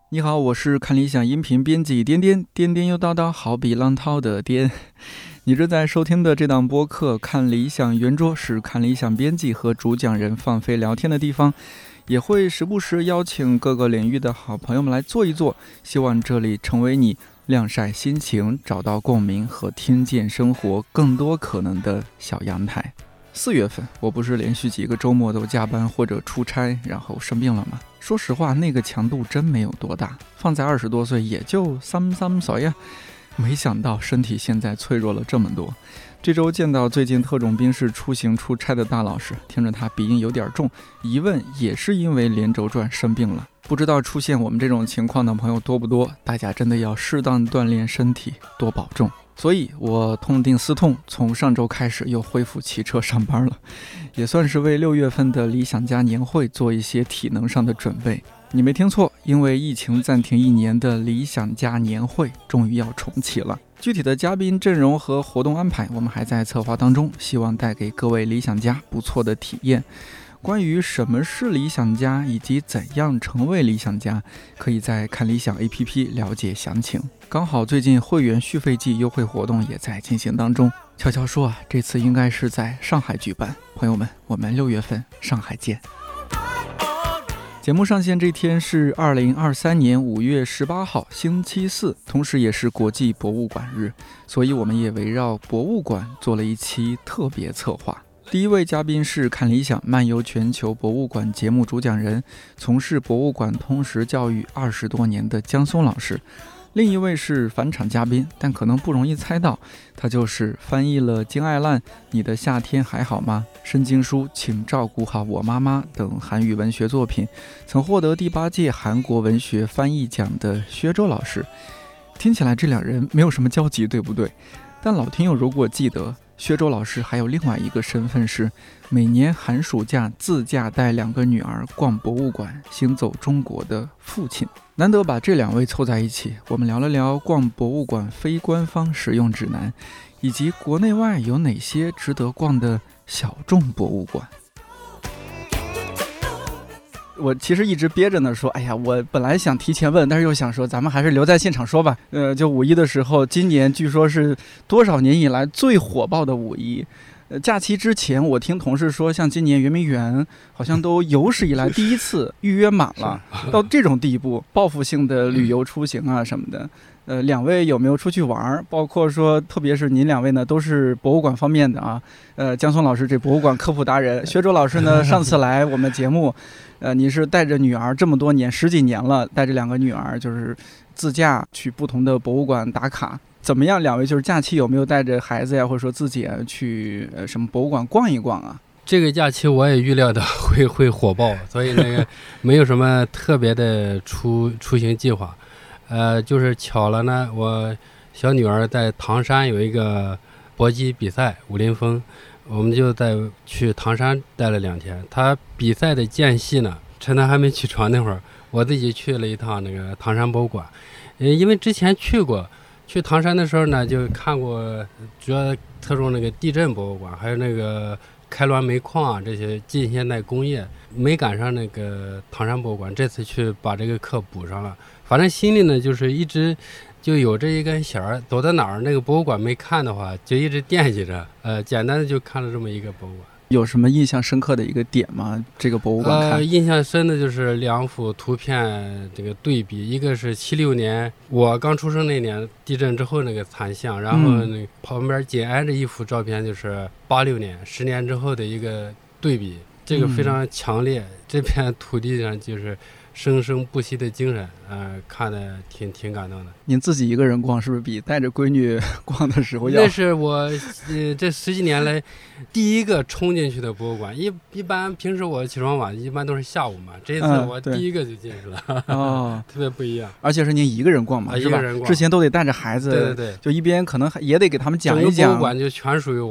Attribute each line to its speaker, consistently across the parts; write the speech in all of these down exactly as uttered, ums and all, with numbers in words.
Speaker 1: 你好，我是看理想音频编辑颠颠，颠颠又叨叨，好比浪涛的颠。你正在收听的这档播客《看理想圆桌》是看理想编辑和主讲人放飞聊天的地方，也会时不时邀请各个领域的好朋友们来坐一坐，希望这里成为你晾晒心情、找到共鸣和听见生活更多可能的小阳台。四月份，我不是连续几个周末都加班或者出差，然后生病了吗？说实话，那个强度真没有多大，放在二十多岁也就三三岁呀。没想到身体现在脆弱了这么多。这周见到最近特种兵式出行出差的大老师，听着他鼻音有点重，疑问也是因为连轴转生病了。不知道出现我们这种情况的朋友多不多？大家真的要适当锻炼身体，多保重。所以我痛定思痛，从上周开始又恢复骑车上班了，也算是为六月份的理想家年会做一些体能上的准备。你没听错，因为疫情暂停一年的理想家年会终于要重启了。具体的嘉宾阵容和活动安排我们还在策划当中，希望带给各位理想家不错的体验。关于什么是理想家以及怎样成为理想家，可以在看理想 A P P 了解详情。刚好最近会员续费季优惠活动也在进行当中，悄悄说啊，这次应该是在上海举办。朋友们，我们六月份上海见。节目上线这天是二零二三年五月十八号星期四，同时也是国际博物馆日，所以我们也围绕博物馆做了一期特别策划。第一位嘉宾是看理想漫游全球博物馆节目主讲人，从事博物馆通识教育二十多年的江松老师。另一位是返场嘉宾，但可能不容易猜到，他就是翻译了金爱烂《你的夏天还好吗》、申经书请照顾好我妈妈等韩语文学作品，曾获得第八届韩国文学翻译奖的薛周老师。听起来这两人没有什么交集，对不对？但老听友如果记得，薛周老师还有另外一个身份是每年寒暑假自驾带两个女儿逛博物馆行走中国的父亲。难得把这两位凑在一起，我们聊了聊逛博物馆非官方使用指南，以及国内外有哪些值得逛的小众博物馆。我其实一直憋着呢，说哎呀，我本来想提前问，但是又想说咱们还是留在现场说吧。呃，就五一的时候，今年据说是多少年以来最火爆的五一。呃，假期之前我听同事说，像今年圆明园好像都有史以来第一次预约满了，到这种地步，报复性的旅游出行啊什么的。呃，两位有没有出去玩？包括说，特别是您两位呢，都是博物馆方面的啊。呃，江松老师这博物馆科普达人，薛周老师呢，上次来我们节目，呃，你是带着女儿这么多年，十几年了，带着两个女儿就是自驾去不同的博物馆打卡。怎么样？两位就是假期有没有带着孩子呀，或者说自己去呃什么博物馆逛一逛啊？
Speaker 2: 这个假期我也预料到会会火爆，所以那个没有什么特别的出出行计划。呃，就是巧了呢，我小女儿在唐山有一个搏击比赛，武林风，我们就在去唐山待了两天。她比赛的间隙呢，趁她还没起床那会儿，我自己去了一趟那个唐山博物馆，呃，因为之前去过。去唐山的时候呢，就看过主要侧重那个地震博物馆，还有那个开滦煤矿啊这些近现代工业，没赶上那个唐山博物馆。这次去把这个课补上了，反正心里呢就是一直就有这一根弦儿，走到哪儿那个博物馆没看的话，就一直惦记着。呃，简单的就看了这么一个博物馆。
Speaker 1: 有什么印象深刻的一个点吗？这个博物馆看、
Speaker 2: 呃、印象深的就是两幅图片这个对比，一个是七六年我刚出生那年地震之后那个残像，然后那旁边紧挨着一幅照片就是八六年十年之后的一个对比，这个非常强烈、嗯、这片土地上就是生生不息的精神，呃，看得挺挺感动的。
Speaker 1: 您自己一个人逛，是不是比带着闺女逛的时候要？
Speaker 2: 那是我呃这十几年来第一个冲进去的博物馆。一一般平时我起床晚，一般都是下午嘛，这一次我第一个就进去了，嗯、哦，特别不一样。
Speaker 1: 而且是您一个人逛嘛，
Speaker 2: 啊、
Speaker 1: 是吧？
Speaker 2: 一个人逛，
Speaker 1: 之前都得带着孩子，
Speaker 2: 对对对，
Speaker 1: 就一边可能也得给他们讲一讲。
Speaker 2: 整个博物馆就全属于我了。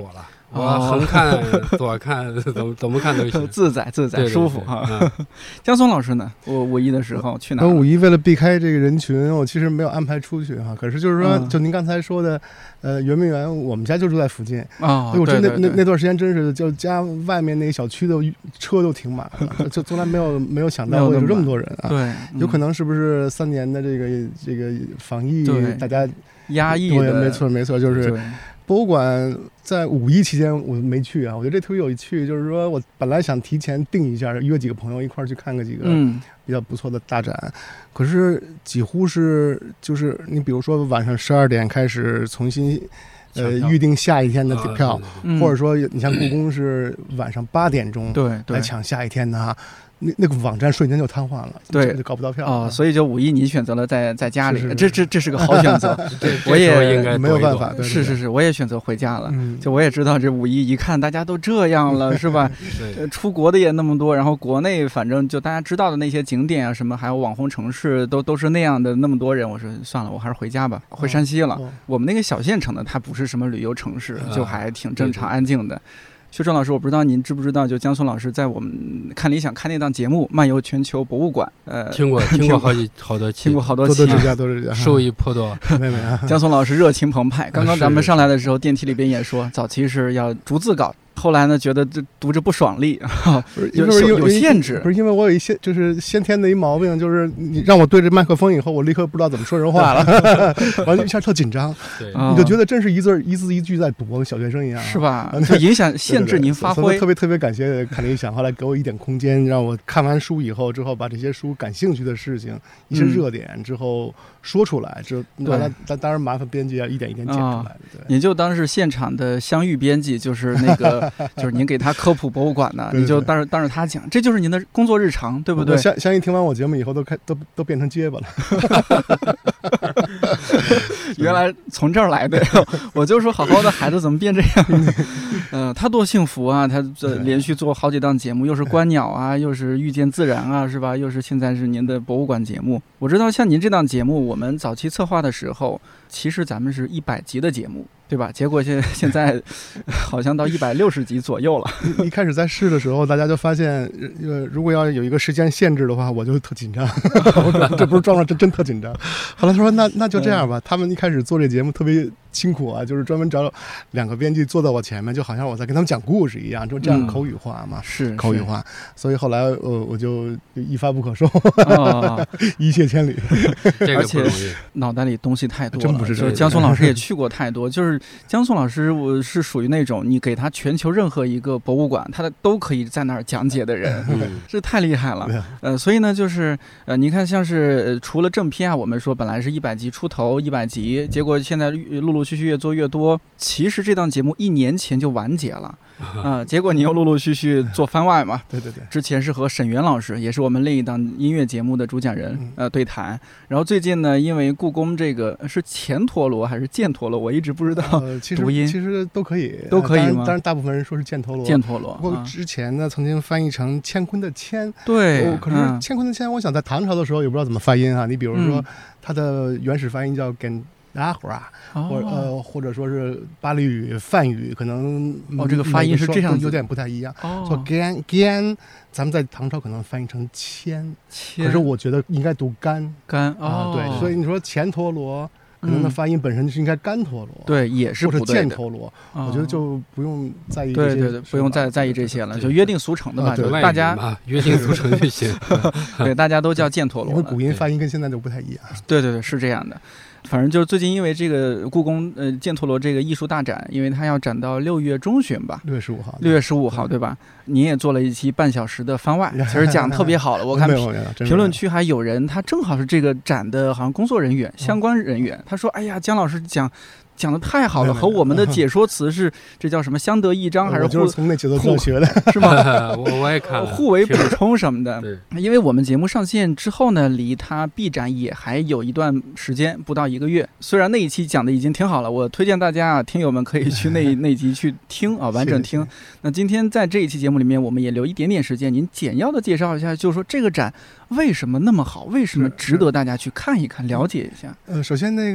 Speaker 2: 我横看左看怎么怎么看都行，
Speaker 1: 自在自在舒服哈。嗯、江松老师呢？我五一的时候去哪儿？
Speaker 3: 我五一为了避开这个人群，我其实没有安排出去哈。可是就是说，嗯、就您刚才说的，呃，圆明园，我们家就住在附近
Speaker 1: 啊。
Speaker 3: 我真
Speaker 1: 的
Speaker 3: 那那那段时间真是，就家外面那个小区的车都停满了，就从来没有没有想到会有这么多人啊。
Speaker 1: 对，
Speaker 3: 嗯、有可能是不是三年的这个这个防疫，大家
Speaker 1: 压抑的？
Speaker 3: 对，没错没错，就是。博物馆在五一期间我没去啊，我觉得这特别有趣。就是说我本来想提前定一下，约几个朋友一块儿去看个几个比较不错的大展，嗯、可是几乎是就是你比如说晚上十二点开始重新呃预定下一天的票，
Speaker 1: 嗯、
Speaker 3: 或者说你像故宫是晚上八点钟
Speaker 1: 对
Speaker 3: 来抢下一天的哈。那那个网站瞬间就瘫痪了，
Speaker 1: 对，
Speaker 3: 就搞不到票
Speaker 1: 哦，所以就五一你选择了在在家里，
Speaker 3: 是是是
Speaker 1: 这这这是个好选择。
Speaker 2: 我也应该
Speaker 3: 没有办法，
Speaker 1: 是是是，我也选择回家了。嗯、就我也知道这五一一看大家都这样了，是吧？
Speaker 2: 对，
Speaker 1: 出国的也那么多，然后国内反正就大家知道的那些景点啊什么，还有网红城市都都是那样的那么多人，我说算了，我还是回家吧，回山西了。
Speaker 3: 哦哦、
Speaker 1: 我们那个小县城呢，它不是什么旅游城市，就还挺正常安静的。薛正老师，我不知道您知不知道，就江松老师在我们看理想看那档节目《漫游全球博物馆》，呃，
Speaker 2: 听过听过好几好多期，
Speaker 1: 听过好多期，
Speaker 3: 多多指教，多多指教，
Speaker 2: 受益颇多。
Speaker 3: 没没啊，
Speaker 1: 江松老师热情澎湃。刚刚咱们上来的时候，电梯里边也说，早期是要逐字稿。后来呢，觉得这读着不爽利，有有有限制。
Speaker 3: 不是因为我有一些就是先天的一毛病，就是你让我对着麦克风以后，我立刻不知道怎么说人话了，完了一下特紧张，你就觉得真是一字一字一句在读，跟小学生一样，
Speaker 1: 是吧？就影响限制您发挥。
Speaker 3: 特别特别感谢看理想，后来给我一点空间，让我看完书以后之后，把这些书感兴趣的事情，一些热点之后说出来，这完了，当当然麻烦编辑啊，一点一点剪出来。对，
Speaker 1: 你就当是现场的相遇编辑，就是那个。就是您给他科普博物馆呢，你就当着当着他讲，这就是您的工作日常，对不对？
Speaker 3: 相相信听完我节目以后都开都都变成结巴了。
Speaker 1: 原来从这儿来的，我就说好好的孩子怎么变这样？嗯、呃，他多幸福啊！他这连续做好几档节目，又是观鸟啊，又是遇见自然啊，是吧？又是现在是您的博物馆节目。我知道像您这档节目，我们早期策划的时候，其实咱们是一百集的节目。对吧？结果现现在好像到一百六十集左右了。
Speaker 3: 一开始在试的时候，大家就发现，呃，如果要有一个时间限制的话，我就特紧张。这不是装了，这真特紧张。后来他说，那那就这样吧。他们一开始做这节目特别辛苦啊，就是专门找两个编辑坐在我前面，就好像我在跟他们讲故事一样，就这样口语化嘛，
Speaker 1: 嗯、是
Speaker 3: 口语化。所以后来呃，我就一发不可收，
Speaker 1: 哦、
Speaker 3: 一泻千里。
Speaker 1: 而且脑袋里东西太多了，
Speaker 3: 真不是这
Speaker 1: 就是江松老师也去过太多，就是江松老师，我是属于那种你给他全球任何一个博物馆，他都可以在那儿讲解的人，
Speaker 3: 嗯、
Speaker 1: 这太厉害了。呃，所以呢，就是呃，你看，像是、呃、除了正片啊，我们说本来是一百集出头，一百集，结果现在陆陆续续越做越多。其实这档节目一年前就完结了。啊、呃，结果你又陆陆续续做番外嘛？
Speaker 3: 对对对。
Speaker 1: 之前是和沈源老师，也是我们另一档音乐节目的主讲人，呃，对谈。然后最近呢，因为故宫这个是前陀螺还是犍陀罗，我一直不知道读音。
Speaker 3: 呃、其实都可以，
Speaker 1: 都可以吗？
Speaker 3: 当然，大部分人说是犍陀罗。
Speaker 1: 犍陀罗。
Speaker 3: 不过之前呢，曾经翻译成乾坤的乾。
Speaker 1: 对。
Speaker 3: 哦、可是乾坤的乾，我想在唐朝的时候也不知道怎么发音啊。你比如说，它的原始发音叫跟。啊，或者呃，或者说是巴利语、梵语，可能
Speaker 1: 哦，这个发音是这样，
Speaker 3: 有点不太一样。
Speaker 1: 哦，
Speaker 3: 说干干，咱们在唐朝可能翻译成谦，可是我觉得应该读干
Speaker 1: 干
Speaker 3: 啊，对，所以你说前陀罗，可能它发音本身是应该干陀罗，
Speaker 1: 对，也是
Speaker 3: 或者犍陀罗，我觉得就不用在意这些，
Speaker 1: 对对对，不用再在意这些了，就约定俗成的嘛，就大家
Speaker 2: 约定俗成就行，
Speaker 1: 对，大家都叫犍陀罗，
Speaker 3: 因为古音发音跟现在都不太一样，
Speaker 1: 对对对，是这样的。反正就是最近因为这个故宫呃犍陀罗这个艺术大展，因为它要展到六月中旬吧，
Speaker 3: 六月十五号，
Speaker 1: 六月十五号对吧？您也做了一期半小时的番外，其实讲特别好了。我看评论区还有人，他正好是这个展的好像工作人员、相关人员，他说：“哎呀，江老师讲。”讲的太好了，和我们的解说词是这叫什么相得益彰，还是互
Speaker 3: 就是从那节奏上学的，
Speaker 1: 是吗？
Speaker 2: 我我也看了，
Speaker 1: 互为补充什么的。
Speaker 2: 对，
Speaker 1: 因为我们节目上线之后呢，离它闭展也还有一段时间，不到一个月。虽然那一期讲的已经挺好了，我推荐大家啊，听友们可以去那那集去听啊，完整听。那今天在这一期节目里面，我们也留一点点时间，您简要的介绍一下，就是说这个展为什么那么好，为什么值得大家去看一看、了解一下？
Speaker 3: 呃，首先那个。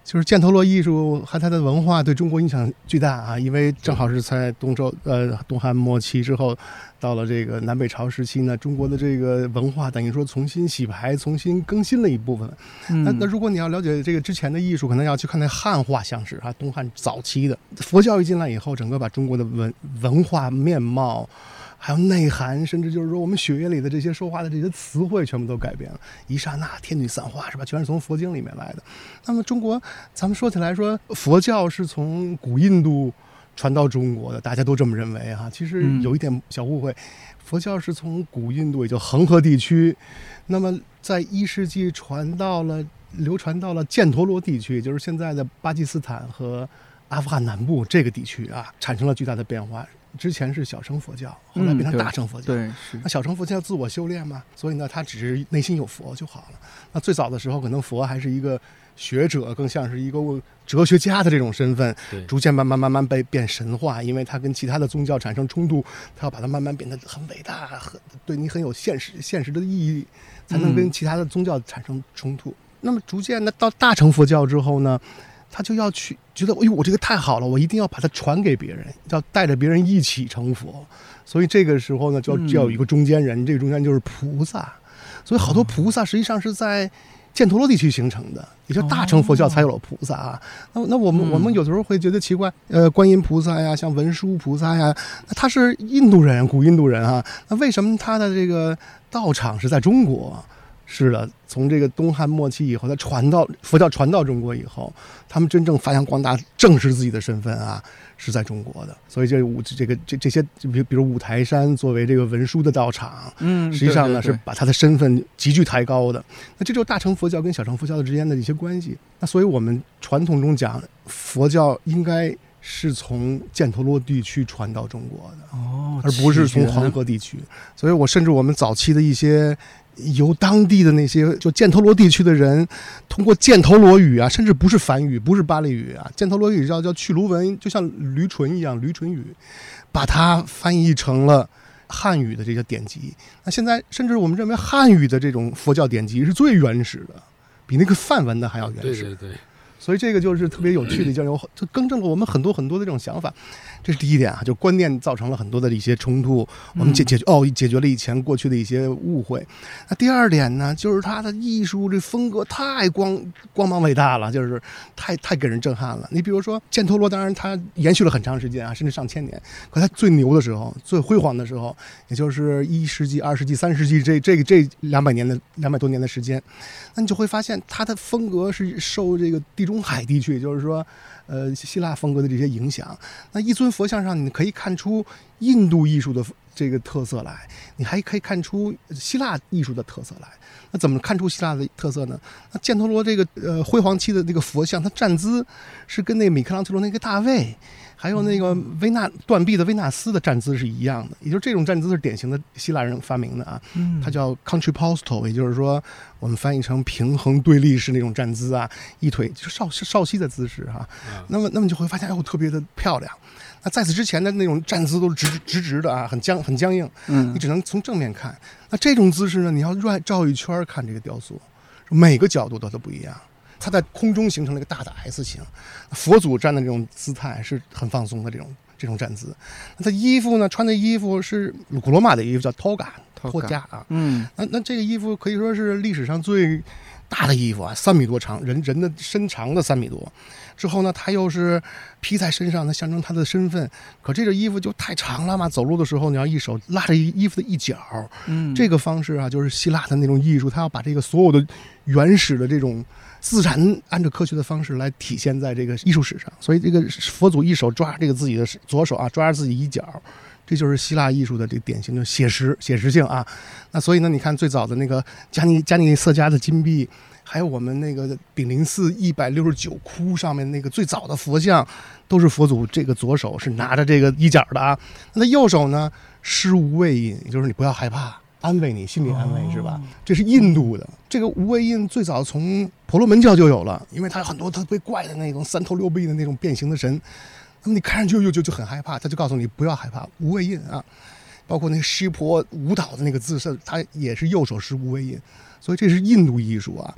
Speaker 3: 就是犍陀罗艺术和它的文化对中国影响巨大啊，因为正好是在东周呃东汉末期之后，到了这个南北朝时期呢，中国的这个文化等于说重新洗牌、重新更新了一部分。嗯、那那如果你要了解这个之前的艺术，可能要去看那汉画像史啊，东汉早期的佛教一进来以后，整个把中国的文文化面貌。还有内涵，甚至就是说我们血液里的这些说话的这些词汇全部都改变了。一刹那天女散花是吧，全是从佛经里面来的。那么中国咱们说起来说佛教是从古印度传到中国的，大家都这么认为啊，其实有一点小误会。佛教是从古印度也就恒河地区，那么在一世纪传到了流传到了犍陀罗地区，就是现在的巴基斯坦和阿富汗南部这个地区啊，产生了巨大的变化。之前是小乘佛教，后来变成大乘佛教。
Speaker 1: 嗯、对，是。
Speaker 3: 那小乘佛教自我修炼嘛，所以呢，他只是内心有佛就好了。那最早的时候，可能佛还是一个学者，更像是一个哲学家的这种身份，逐渐慢慢慢慢被变神化，因为他跟其他的宗教产生冲突，他要把它慢慢变得很伟大，很对你很有现实现实的意义，才能跟其他的宗教产生冲突。嗯、那么逐渐的到大乘佛教之后呢？他就要去觉得，哎呦，我这个太好了，我一定要把它传给别人，要带着别人一起成佛。所以这个时候呢，就要就要有一个中间人，嗯、这个中间人就是菩萨。所以好多菩萨实际上是在犍陀罗地区形成的，也就大乘佛教才有了菩萨啊。那那我们、嗯、我们有的时候会觉得奇怪，呃，观音菩萨呀，像文殊菩萨呀，他是印度人，古印度人啊，那为什么他的这个道场是在中国？是的，从这个东汉末期以后，他传到佛教传到中国以后，他们真正发扬光大、正视自己的身份啊，是在中国的。所以这五这个这这些，比比如五台山作为这个文殊的道场，嗯，实际上呢，对对对，是把他的身份急剧抬高的。那这就是大乘佛教跟小乘佛教之间的一些关系。那所以我们传统中讲，佛教应该是从犍陀罗地区传到中国的，哦，而不是从黄河地区。所以我甚至我们早期的一些。由当地的那些就犍陀罗地区的人，通过犍陀罗语啊，甚至不是梵语，不是巴利语啊，犍陀罗语叫叫去卢文，就像驴唇一样，驴唇语，把它翻译成了汉语的这些典籍。那现在甚至我们认为汉语的这种佛教典籍是最原始的，比那个梵文的还要原始。
Speaker 2: 对对对。
Speaker 3: 所以这个就是特别有趣的，就有就更正了我们很多很多的这种想法。这是第一点啊，就观念造成了很多的一些冲突，我们解解决哦解决了以前过去的一些误会。那第二点呢，就是它的艺术这风格太光光芒伟大了，就是太太给人震撼了。你比如说犍陀罗，当然它延续了很长时间啊，甚至上千年。可它最牛的时候、最辉煌的时候，也就是一世纪、二世纪、三世纪这这个这两百年的两百多年的时间，那你就会发现它的风格是受这个地中海地区，就是说。呃，希腊风格的这些影响，那一尊佛像上你可以看出印度艺术的这个特色来，你还可以看出希腊艺术的特色来。那怎么看出希腊的特色呢？那犍陀罗这个呃辉煌期的那个佛像，它站姿是跟那个米开朗基罗那个大卫，还有那个维纳断臂的维纳斯的站姿是一样的，也就是这种站姿是典型的希腊人发明的啊，它叫 contrapposto， 也就是说我们翻译成平衡对立式那种站姿啊，一腿就是少少膝的姿势哈、啊。那么那么你就会发现，哎，特别的漂亮。那在此之前的那种站姿都是直直直的啊，很僵很僵硬，嗯，你只能从正面看。那这种姿势呢，你要绕绕一圈看这个雕塑，每个角度都都不一样。它在空中形成了一个大的 S 型，佛祖站的这种姿态是很放松的这种这种站姿。那他衣服呢，穿的衣服是古罗马的衣服，叫 toga 托加啊，嗯，那那这个衣服可以说是历史上最大的衣服啊，三米多长，人人的身长的三米多。之后呢，他又是披在身上，那象征他的身份。可这个衣服就太长了嘛，走路的时候你要一手拉着衣服的一角，嗯，这个方式啊，就是希腊的那种艺术，他要把这个所有的原始的这种自然按照科学的方式来体现在这个艺术史上。所以这个佛祖一手抓这个自己的左手啊，抓着自己一角。这就是希腊艺术的这个典型的写实写实性啊。那所以呢，你看最早的那个加尼加尼色加的金币，还有我们那个炳灵寺一百六十九窟上面那个最早的佛像，都是佛祖这个左手是拿着这个衣角的啊。那他右手呢，施无畏印，也就是你不要害怕，安慰你，心理安慰、哦、是吧？这是印度的这个无畏印，最早从婆罗门教就有了，因为它有很多特别怪的那种三头六臂的那种变形的神。那么你看上去就就就很害怕，他就告诉你不要害怕，无畏印啊，包括那个湿婆舞蹈的那个姿势，他也是右手施无畏印，所以这是印度艺术啊。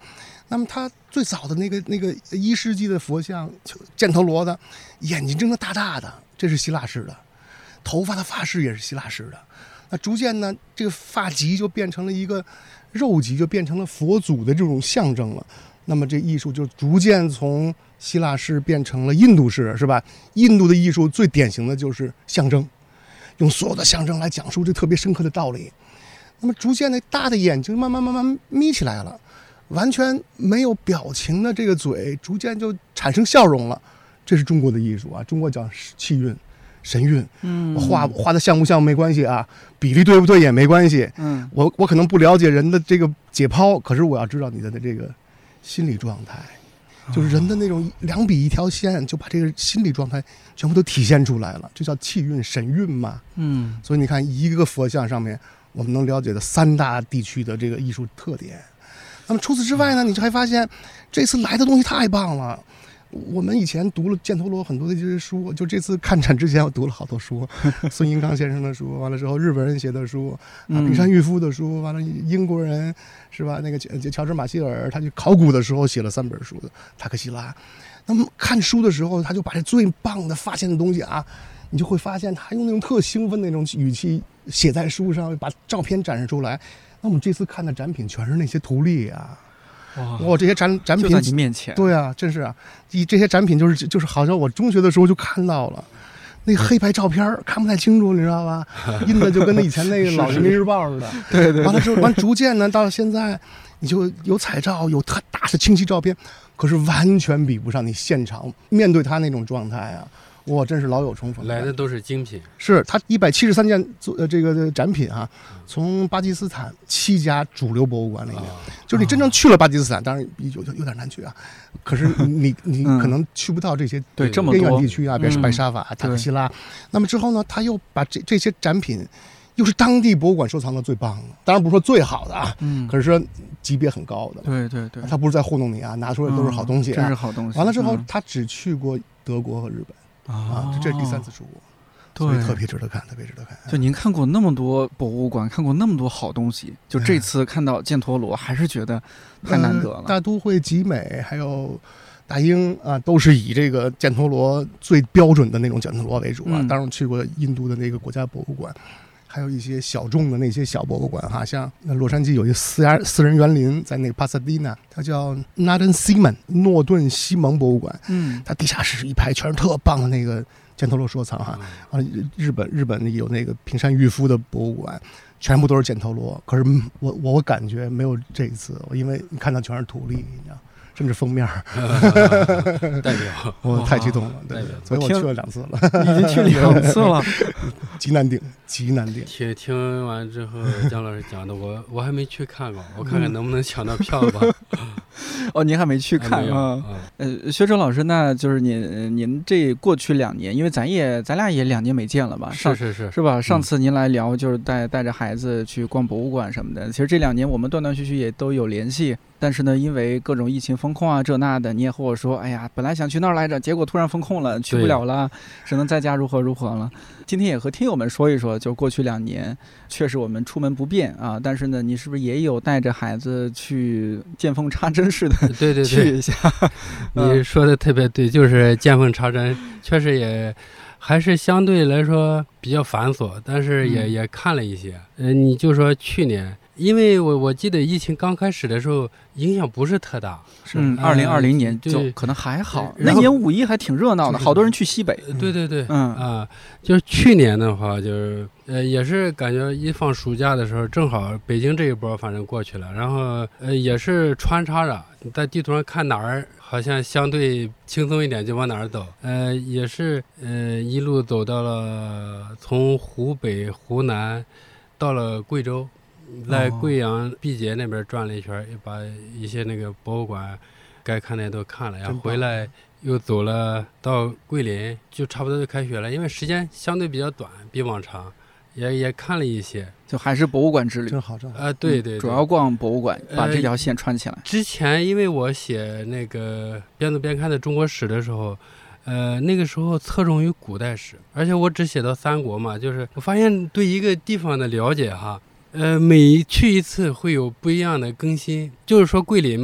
Speaker 3: 那么他最早的那个那个一世纪的佛像，犍陀罗的，眼睛睁得大大的，这是希腊式的，头发的发饰也是希腊式的。那逐渐呢，这个发髻就变成了一个肉髻，就变成了佛祖的这种象征了。那么这艺术就逐渐从希腊式变成了印度式，是吧？印度的艺术最典型的就是象征，用所有的象征来讲述这特别深刻的道理。那么逐渐那大的眼睛慢慢慢慢眯起来了，完全没有表情的这个嘴逐渐就产生笑容了。这是中国的艺术啊，中国讲气韵神韵，嗯，画画的像不像没关系啊，比例对不对也没关系，嗯，我我可能不了解人的这个解剖，可是我要知道你的这个心理状态，就是人的那种两笔一条线，就把这个心理状态全部都体现出来了，这叫气韵神韵嘛，嗯，所以你看一个佛像上面我们能了解的三大地区的这个艺术特点。那么除此之外呢，你就还发现这次来的东西太棒了。我们以前读了犍陀罗很多的这些书，就这次看展之前我读了好多书，孙英刚先生的书，完了之后日本人写的书啊，平山裕夫的书，完了英国人是吧？那个乔治马歇尔他去考古的时候写了三本书的塔克希拉。那么看书的时候，他就把这最棒的发现的东西啊，你就会发现他用那种特兴奋的那种语气写在书上，把照片展示出来。那我们这次看的展品全是那些图例啊。哇，这些展展品
Speaker 1: 就在你面前，
Speaker 3: 对啊，真是啊！以这些展品就是就是好像我中学的时候就看到了，那个黑白照片看不太清楚，你知道吧？印的就跟那以前那个老人民日报似的。
Speaker 1: 对对。
Speaker 3: 完了之后，完逐渐呢，到现在你就有彩照，有特大的清晰照片，可是完全比不上你现场面对他那种状态啊！哇，真是老有重逢。
Speaker 2: 来的都是精品，
Speaker 3: 是他一百七十三件做呃这个展品啊，从巴基斯坦七家主流博物馆里面，啊、就是你真正去了巴基斯坦，当然有有有点难去啊，可是你你可能去不到这些
Speaker 1: 对这么
Speaker 3: 边远地区啊，比如
Speaker 1: 嗯、
Speaker 3: 白沙瓦、塔克希拉。那么之后呢，他又把这这些展品，又是当地博物馆收藏的最棒的，当然不是说最好的啊，嗯，可是说级别很高的。
Speaker 1: 对对对，
Speaker 3: 他不是在糊弄你啊，拿出来都是好东西、啊
Speaker 1: 嗯，真是好东西。
Speaker 3: 完了之后，他只去过德国和日本。啊，这是第三次出国，
Speaker 1: 对，
Speaker 3: 所以特别值得看，特别值得看。
Speaker 1: 就您看过那么多博物馆，看过那么多好东西，就这次看到犍陀罗，还是觉得太难得了。
Speaker 3: 呃、大都会、集美还有大英啊，都是以这个犍陀罗最标准的那种犍陀罗为主啊。嗯、当然去过印度的那个国家博物馆，还有一些小众的那些小博物馆哈，像洛杉矶有一个私家私人园林，在那个帕萨迪纳，它叫 Norton Simon 诺顿西蒙博物馆。嗯，它地下室一排全是特棒的那个犍陀罗收藏哈。啊，日本日本有那个平山裕夫的博物馆，全部都是犍陀罗。可是我我感觉没有这一次，因为你看到全是图例，你知道。甚至封面
Speaker 2: 代表，
Speaker 3: 我太激动了，
Speaker 2: 代表，
Speaker 3: 所以我去了两次了，
Speaker 1: 已经去两次了，
Speaker 3: 极难顶，极难顶。
Speaker 2: 听听完之后，姜老师讲的，我我还没去看过，我看看能不能抢到票吧。
Speaker 1: 哦，您还没去看啊？呃，薛哲老师，那就是您您这过去两年，因为咱也咱俩也两年没见了吧？
Speaker 2: 是是是，
Speaker 1: 是吧？上次您来聊就是带带着孩子去逛博物馆什么的，其实这两年我们断断续续也都有联系。但是呢，因为各种疫情封控啊，这那的，你也和我说，哎呀，本来想去那儿来着，结果突然封控了，去不了了，只能在家如何如何了。今天也和听友们说一说，就过去两年，确实我们出门不便啊，但是呢，你是不是也有带着孩子去见缝插针似的，
Speaker 2: 对对对，
Speaker 1: 去一下？
Speaker 2: 你说的特别对，就是见缝插针，确实也。还是相对来说比较繁琐，但是也、嗯、也看了一些。呃，你就说去年，因为我我记得疫情刚开始的时候，影响不是特大。
Speaker 1: 是，二零二零年就可能还好，那年五一还挺热闹的，好多人去西北。
Speaker 2: 对对对，嗯啊，就是去年的话，就是呃也是感觉一放暑假的时候，正好北京这一波反正过去了，然后呃也是穿插着在地图上看哪儿。好像相对轻松一点就往哪儿走，呃，也是呃一路走到了从湖北、湖南，到了贵州，在贵阳毕节那边转了一圈，也把一些那个博物馆该看的都看了，然后回来又走了到桂林，就差不多就开学了，因为时间相对比较短，比往常。也也看了一些，
Speaker 1: 就还是博物馆之旅，
Speaker 3: 真好，真好。
Speaker 2: 呃，对 对, 对，
Speaker 1: 主要逛博物馆，把这条线穿起来。
Speaker 2: 呃、之前因为我写那个边读边看的中国史的时候，呃，那个时候侧重于古代史，而且我只写到三国嘛，就是我发现对一个地方的了解哈，呃，每去一次会有不一样的更新。就是说桂林吧，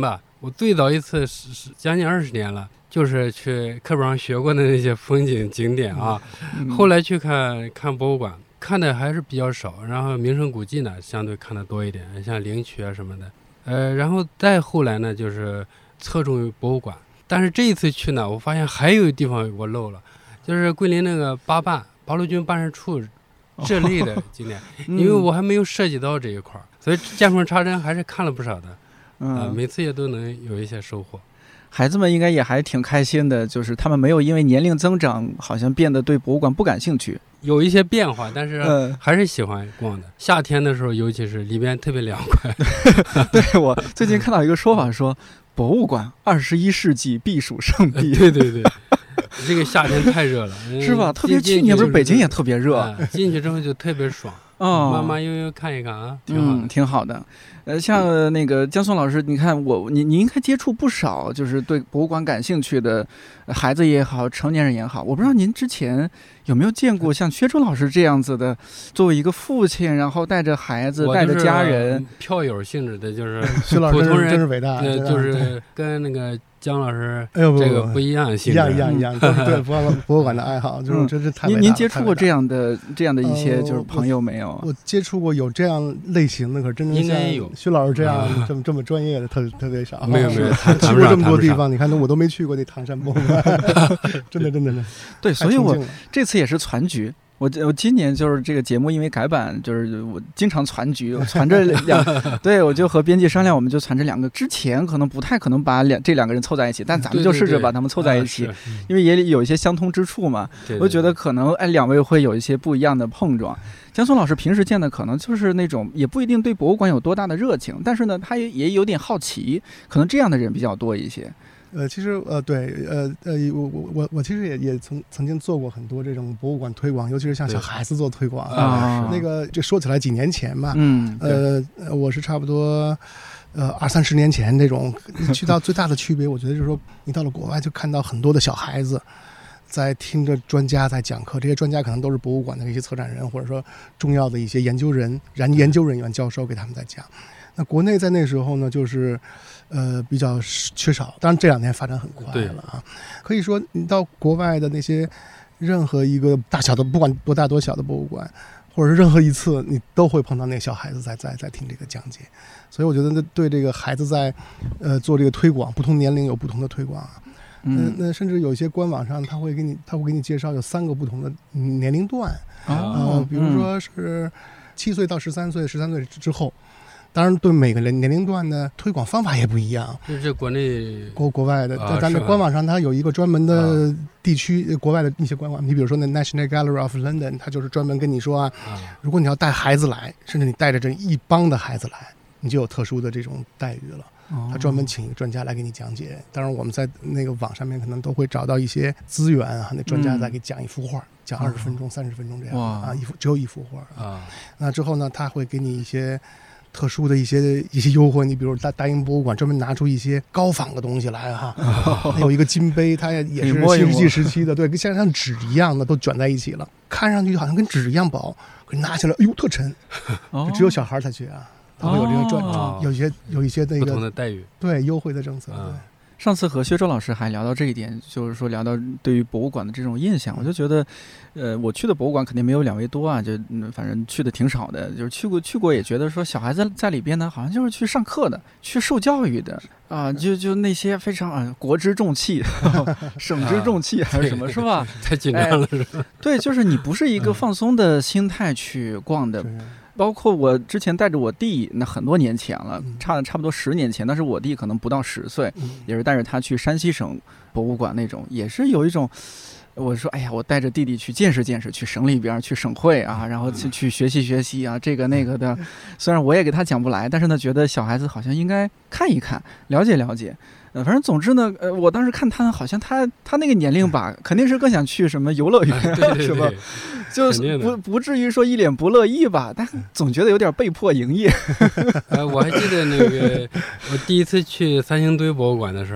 Speaker 2: 我最早一次是是将近二十年了，就是去课本上学过的那些风景景点啊。嗯、后来去看看博物馆，看的还是比较少，然后名胜古迹呢相对看的多一点，像灵渠啊什么的。呃，然后再后来呢，就是侧重于博物馆。但是这一次去呢，我发现还有地方我漏了，就是桂林那个八办八路军办事处这类的景点，嗯、因为我还没有涉及到这一块，所以见缝插针还是看了不少的。嗯、呃，每次也都能有一些收获。
Speaker 1: 孩子们应该也还挺开心的，就是他们没有因为年龄增长，好像变得对博物馆不感兴趣。
Speaker 2: 有一些变化，但是还是喜欢逛的。嗯、夏天的时候，尤其是里边特别凉快。
Speaker 1: 对，我最近看到一个说法说，博物馆二十一世纪避暑胜地。
Speaker 2: 对对对，这个夏天太热了，
Speaker 1: 是吧？特别去年不是北京也特别热，
Speaker 2: 嗯、进去之后就特别爽。哦，慢慢悠悠看一看啊，挺好的，
Speaker 1: 嗯，挺好的。呃，像那个江松老师，你看我，你你应该接触不少，就是对博物馆感兴趣的孩子也好，成年人也好。我不知道您之前有没有见过像薛舟老师这样子的，作为一个父亲，然后带着孩子，带着家人，
Speaker 2: 票友性质的，就是
Speaker 3: 薛老师
Speaker 2: 普通人
Speaker 3: 真是伟大，
Speaker 2: 对，就是跟那个姜老师这个不一样性质，
Speaker 3: 一样一样一样，都是对博物博物馆的爱好，就是真是太伟大了。
Speaker 1: 您您接触过这样的这样的一些就是朋友没有？
Speaker 3: 我, 我接触过有这样类型的，可真正像薛老师这样、啊、这么这么专业的特特别少。
Speaker 2: 没有没有，
Speaker 3: 去过这么多地方，你看我都没去过那唐山博物馆，真的真的真的。
Speaker 1: 对，所以我这次也是攒局。我我今年就是这个节目，因为改版，就是我经常攒局，攒这两，对，我就和编辑商量，我们就攒这两个。之前可能不太可能把两这两个人凑在一起，但咱们就试着把他们凑在一起，
Speaker 2: 对对对，
Speaker 1: 因为也有一些相通之处嘛。对对对，我觉得可能哎，两位会有一些不一样的碰撞。江松老师平时见的可能就是那种也不一定对博物馆有多大的热情，但是呢，他也也有点好奇，可能这样的人比较多一些。
Speaker 3: 呃，其实呃，对，呃呃，我我我我其实也也曾曾经做过很多这种博物馆推广，尤其是像小孩子做推广啊。那个这说起来几年前嘛，
Speaker 1: 嗯，
Speaker 3: 呃，我是差不多呃二三十年前这种去到最大的区别，我觉得就是说，你到了国外就看到很多的小孩子在听着专家在讲课，这些专家可能都是博物馆的一些策展人，或者说重要的一些研究人、然研究人员、教授给他们在讲。那国内在那时候呢，就是呃比较缺少，当然这两年发展很快了啊。可以说你到国外的那些任何一个大小的，不管多大多小的博物馆，或者是任何一次，你都会碰到那个小孩子在在在听这个讲解。所以我觉得对这个孩子在呃做这个推广，不同年龄有不同的推广啊。嗯，那甚至有一些官网上他会给你他会给你介绍有三个不同的年龄段啊、
Speaker 1: 哦
Speaker 3: 呃，比如说是七岁到十三岁，十三岁之后。当然，对每个人年龄段的推广方法也不一样。
Speaker 2: 这是国内、
Speaker 3: 国国外的，
Speaker 2: 啊、
Speaker 3: 咱的官网上它有一个专门的地区，啊、国外的一些官网。你比如说那 National Gallery of London， 它就是专门跟你说啊，啊如果你要带孩子来，甚至你带着这一帮的孩子来，你就有特殊的这种待遇了。他专门请一个专家来给你讲解。当然，我们在那个网上面可能都会找到一些资源啊，那专家再给讲一幅画，嗯、讲二十分钟、三十分钟这样啊，一幅只有一幅画啊。那之后呢，他会给你一些特殊的一些一些优惠，你比如大大英博物馆专门拿出一些高仿的东西来哈，哦、有一个金杯，它也也是新世纪时期的，对，跟像像纸一样的都卷在一起了，看上去好像跟纸一样薄，可是拿起来，哎呦，特沉，哦、只有小孩才去啊，他会有这个专，哦、有一些有一些那个
Speaker 2: 不同的待遇，
Speaker 3: 对，优惠的政策。
Speaker 2: 嗯、
Speaker 3: 对。
Speaker 1: 上次和薛舟老师还聊到这一点，就是说聊到对于博物馆的这种印象，我就觉得，呃，我去的博物馆肯定没有两位多啊，就、嗯、反正去的挺少的，就是去过去过也觉得说小孩子在里边呢，好像就是去上课的，去受教育的啊，就就那些非常啊国之重器，省之重器还是什么，是吧？
Speaker 2: 太紧张了，是
Speaker 1: 吧？对，就是你不是一个放松的心态去逛的。包括我之前带着我弟，那很多年前了，差差不多十年前，但是我弟可能不到十岁，也是带着他去山西省博物馆那种，也是有一种，我说哎呀，我带着弟弟去见识见识，去省里边去省会啊，然后去去学习学习啊，这个那个的。虽然我也给他讲不来，但是呢，觉得小孩子好像应该看一看，了解了解。呃，反正总之呢，呃，我当时看他好像他他那个年龄吧，肯定是更想去什么游乐园，
Speaker 2: 对对对，
Speaker 1: 是吧？就是不不至于说一脸不乐意吧，但总觉得有点被迫营业。
Speaker 2: 呃，我还记得那个我第一次去三星堆博物馆的时候，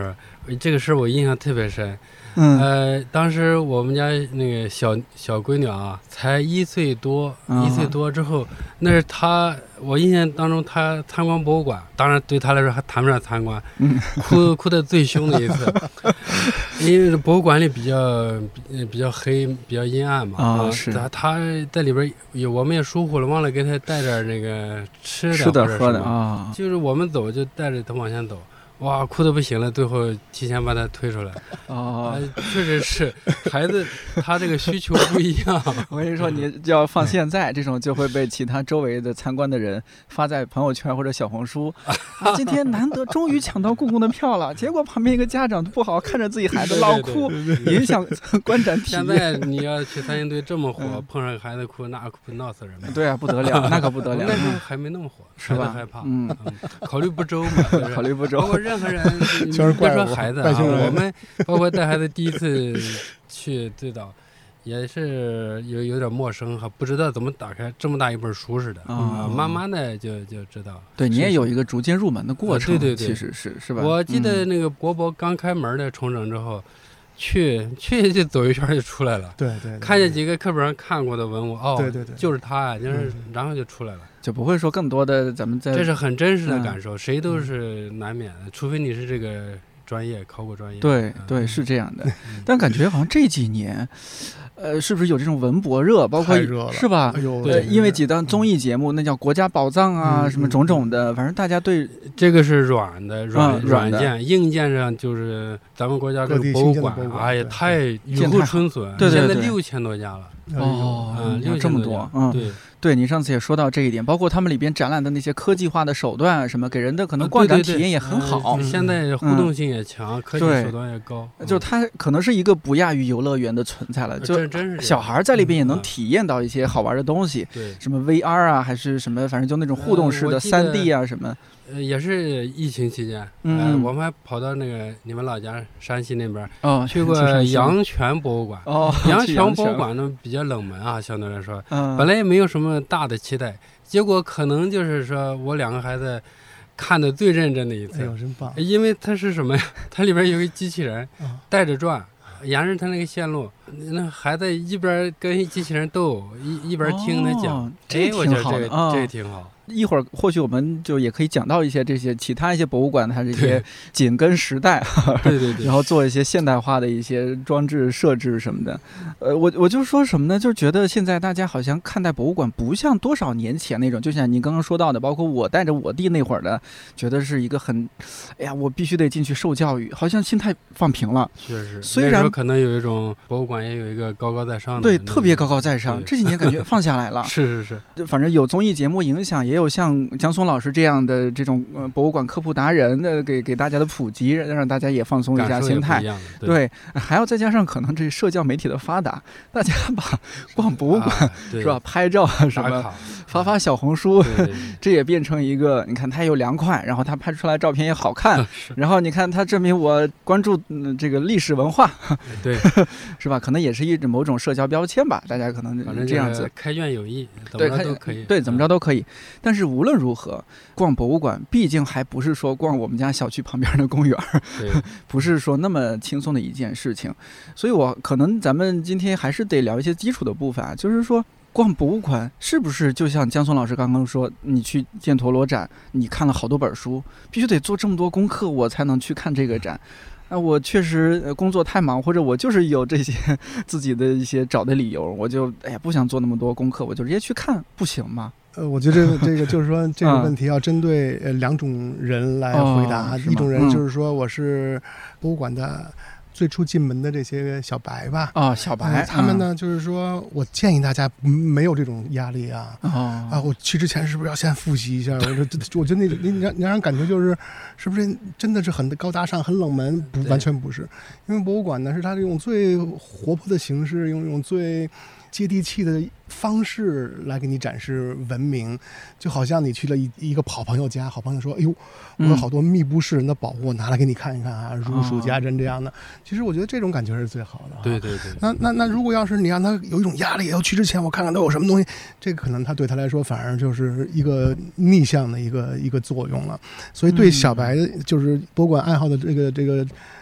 Speaker 2: 这个事儿我印象特别深。
Speaker 1: 嗯，
Speaker 2: 呃，当时我们家那个小小闺女啊，才一岁多，
Speaker 1: 嗯、
Speaker 2: 一岁多之后，那是她，我印象当中她参观博物馆，当然对她来说还谈不上参观，
Speaker 1: 嗯、
Speaker 2: 哭哭得最凶的一次，因为博物馆里比较比较黑，比较阴暗嘛，
Speaker 1: 啊，是
Speaker 2: 她她在里边有，我们也疏忽了，忘了给她带点那个吃的
Speaker 1: 吃的喝的啊，
Speaker 2: 就是我们走就带着她往前走。哇，哭得不行了，最后提前把他推出来。
Speaker 1: 哦、
Speaker 2: 呃，确实是孩子他这个需求不一样。
Speaker 1: 我跟你说，你要放现在这种就会被其他周围的参观的人发在朋友圈或者小红书。啊，今天难得终于抢到故宫的票了，结果旁边一个家长不好看着自己孩子老哭，
Speaker 2: 对对对对
Speaker 1: 影响观展体验。
Speaker 2: 现在你要去三星堆这么火，嗯、碰上孩子哭，那不闹死人吗？
Speaker 1: 对啊，不得了，那可不得了。
Speaker 2: 那时候还没那么火，
Speaker 1: 是吧？
Speaker 2: 害怕，
Speaker 1: 嗯，
Speaker 2: 嗯考虑不周嘛，
Speaker 1: 考虑不周。
Speaker 2: 包括任何人，别说孩子啊，我们包括带孩子第一次去最早。也是有有点陌生哈，不知道怎么打开这么大一本书似的啊、嗯，慢慢的就就知道。
Speaker 1: 对，你也有一个逐渐入门的过程。
Speaker 2: 啊、对对对，
Speaker 1: 其实是是吧？
Speaker 2: 我记得那个国博刚开门的重整之后，嗯、去去就走一圈就出来了。
Speaker 3: 对 对, 对。
Speaker 2: 看见几个课本上看过的文物，哦，
Speaker 3: 对对对，
Speaker 2: 就是他呀、啊，就是、嗯、然后就出来了，
Speaker 1: 就不会说更多的咱们在。
Speaker 2: 这是很真实的感受，嗯、谁都是难免的，除非你是这个专业考古专业。
Speaker 1: 对对，嗯、是这样的，但感觉好像这几年。呃，是不是有这种文博热？包括是吧？
Speaker 3: 哎呦，
Speaker 1: 对，因为几档综艺节目，那叫国家宝藏啊，
Speaker 3: 嗯、
Speaker 1: 什么种种的，反正大家对
Speaker 2: 这个是软的软、
Speaker 1: 嗯、
Speaker 2: 软件，硬件上就是咱们国家这个博物馆，哎呀，太雨后春笋，
Speaker 1: 对对对，
Speaker 2: 现在六千多家了。
Speaker 1: 哦，
Speaker 2: 嗯，
Speaker 1: 有这么多，嗯，
Speaker 2: 对。
Speaker 1: 对，你上次也说到这一点，包括他们里边展览的那些科技化的手段啊，什么给人的可能观展体验也很好。
Speaker 2: 对对对嗯、现在互动性也强，嗯、科技手段也高，
Speaker 1: 就它可能是一个不亚于游乐园的存在了。就小孩在里边也能体验到一些好玩的东西，
Speaker 2: 对、嗯，
Speaker 1: 什么 V R 啊，还是什么，反正就那种互动式的三 D 啊什么。
Speaker 2: 呃，也是疫情期间，
Speaker 1: 嗯、
Speaker 2: 呃，我们还跑到那个你们老家山西那边，
Speaker 1: 哦，
Speaker 2: 去过阳泉博物馆。
Speaker 1: 哦，
Speaker 2: 阳泉博物馆呢比较冷门啊，相对来说，
Speaker 1: 嗯，
Speaker 2: 本来也没有什么大的期待，结果可能就是说我两个孩子看的最认真的一次，
Speaker 3: 哎呦，真棒！
Speaker 2: 因为它是什么呀？它里边有个机器人带着转。沿着他那个线路，那孩子一边跟机器人斗，一一边听他讲，
Speaker 1: 哦、这挺好的，
Speaker 2: 这个、
Speaker 1: 哦、
Speaker 2: 这个挺好。
Speaker 1: 一会儿或许我们就也可以讲到一些这些其他一些博物馆它这些紧跟时代，
Speaker 2: 对对对，
Speaker 1: 然后做一些现代化的一些装置设置什么的。呃，我我就说什么呢？就是觉得现在大家好像看待博物馆不像多少年前那种，就像您刚刚说到的，包括我带着我弟那会儿的，觉得是一个很，哎呀，我必须得进去受教育，好像心态放平了。
Speaker 2: 确实，
Speaker 1: 虽然
Speaker 2: 可能有一种博物馆也有一个高高在上的，
Speaker 1: 对，特别高高在上。这几年感觉放下来了，
Speaker 2: 是是是，
Speaker 1: 反正有综艺节目影响，也有像江松老师这样的这种呃博物馆科普达人的给给大家的普及，让大家也放松一下心态。
Speaker 2: 对,
Speaker 1: 对，还要再加上可能这社交媒体的发达，大家把逛博物馆、啊、是吧，拍照啊什么，发发小红书，
Speaker 2: 对对对
Speaker 1: 这也变成一个，你看它又凉快，然后它拍出来照片也好看，然后你看它证明我关注、嗯、这个历史文化，
Speaker 2: 对，
Speaker 1: 是吧？可能也是一种某种社交标签吧，大家可能这样子
Speaker 2: 开卷有益，怎
Speaker 1: 么
Speaker 2: 着都可以，
Speaker 1: 对，怎么着都可以。但是无论如何，逛博物馆毕竟还不是说逛我们家小区旁边的公园，不是说那么轻松的一件事情。所以我可能咱们今天还是得聊一些基础的部分啊，就是说逛博物馆是不是就像江松老师刚刚说，你去见陀螺展，你看了好多本书，必须得做这么多功课，我才能去看这个展。那我确实工作太忙，或者我就是有这些自己的一些找的理由，我就哎呀不想做那么多功课，我就直接去看，不行吗？
Speaker 3: 呃，我觉得这个这个就是说这个问题要针对呃两种人来回答，
Speaker 1: 哦、
Speaker 3: 一种人就是说我是博物馆的最初进门的这些小白吧，
Speaker 1: 啊、哦，小白、
Speaker 3: 呃，他们呢、嗯、就是说我建议大家没有这种压力啊，
Speaker 1: 哦、
Speaker 3: 啊，我去之前是不是要先复习一下？我说，我觉得那你让你让人感觉就是是不是真的是很高大上、很冷门？不，完全不是，因为博物馆呢是它用最活泼的形式，用用最接地气的方式来给你展示文明，就好像你去了一一个好朋友家，好朋友说：“哎呦，我有好多密不示人的宝物，拿来给你看一看啊，如数家珍这样的。”其实我觉得这种感觉是最好的。
Speaker 2: 对对对。
Speaker 3: 那那那如果要是你让他有一种压力，要去之前我看看都有什么东西，这个可能他对他来说反而就是一个逆向的一个一个作用了。所以对小白就是博物馆爱好的这个这个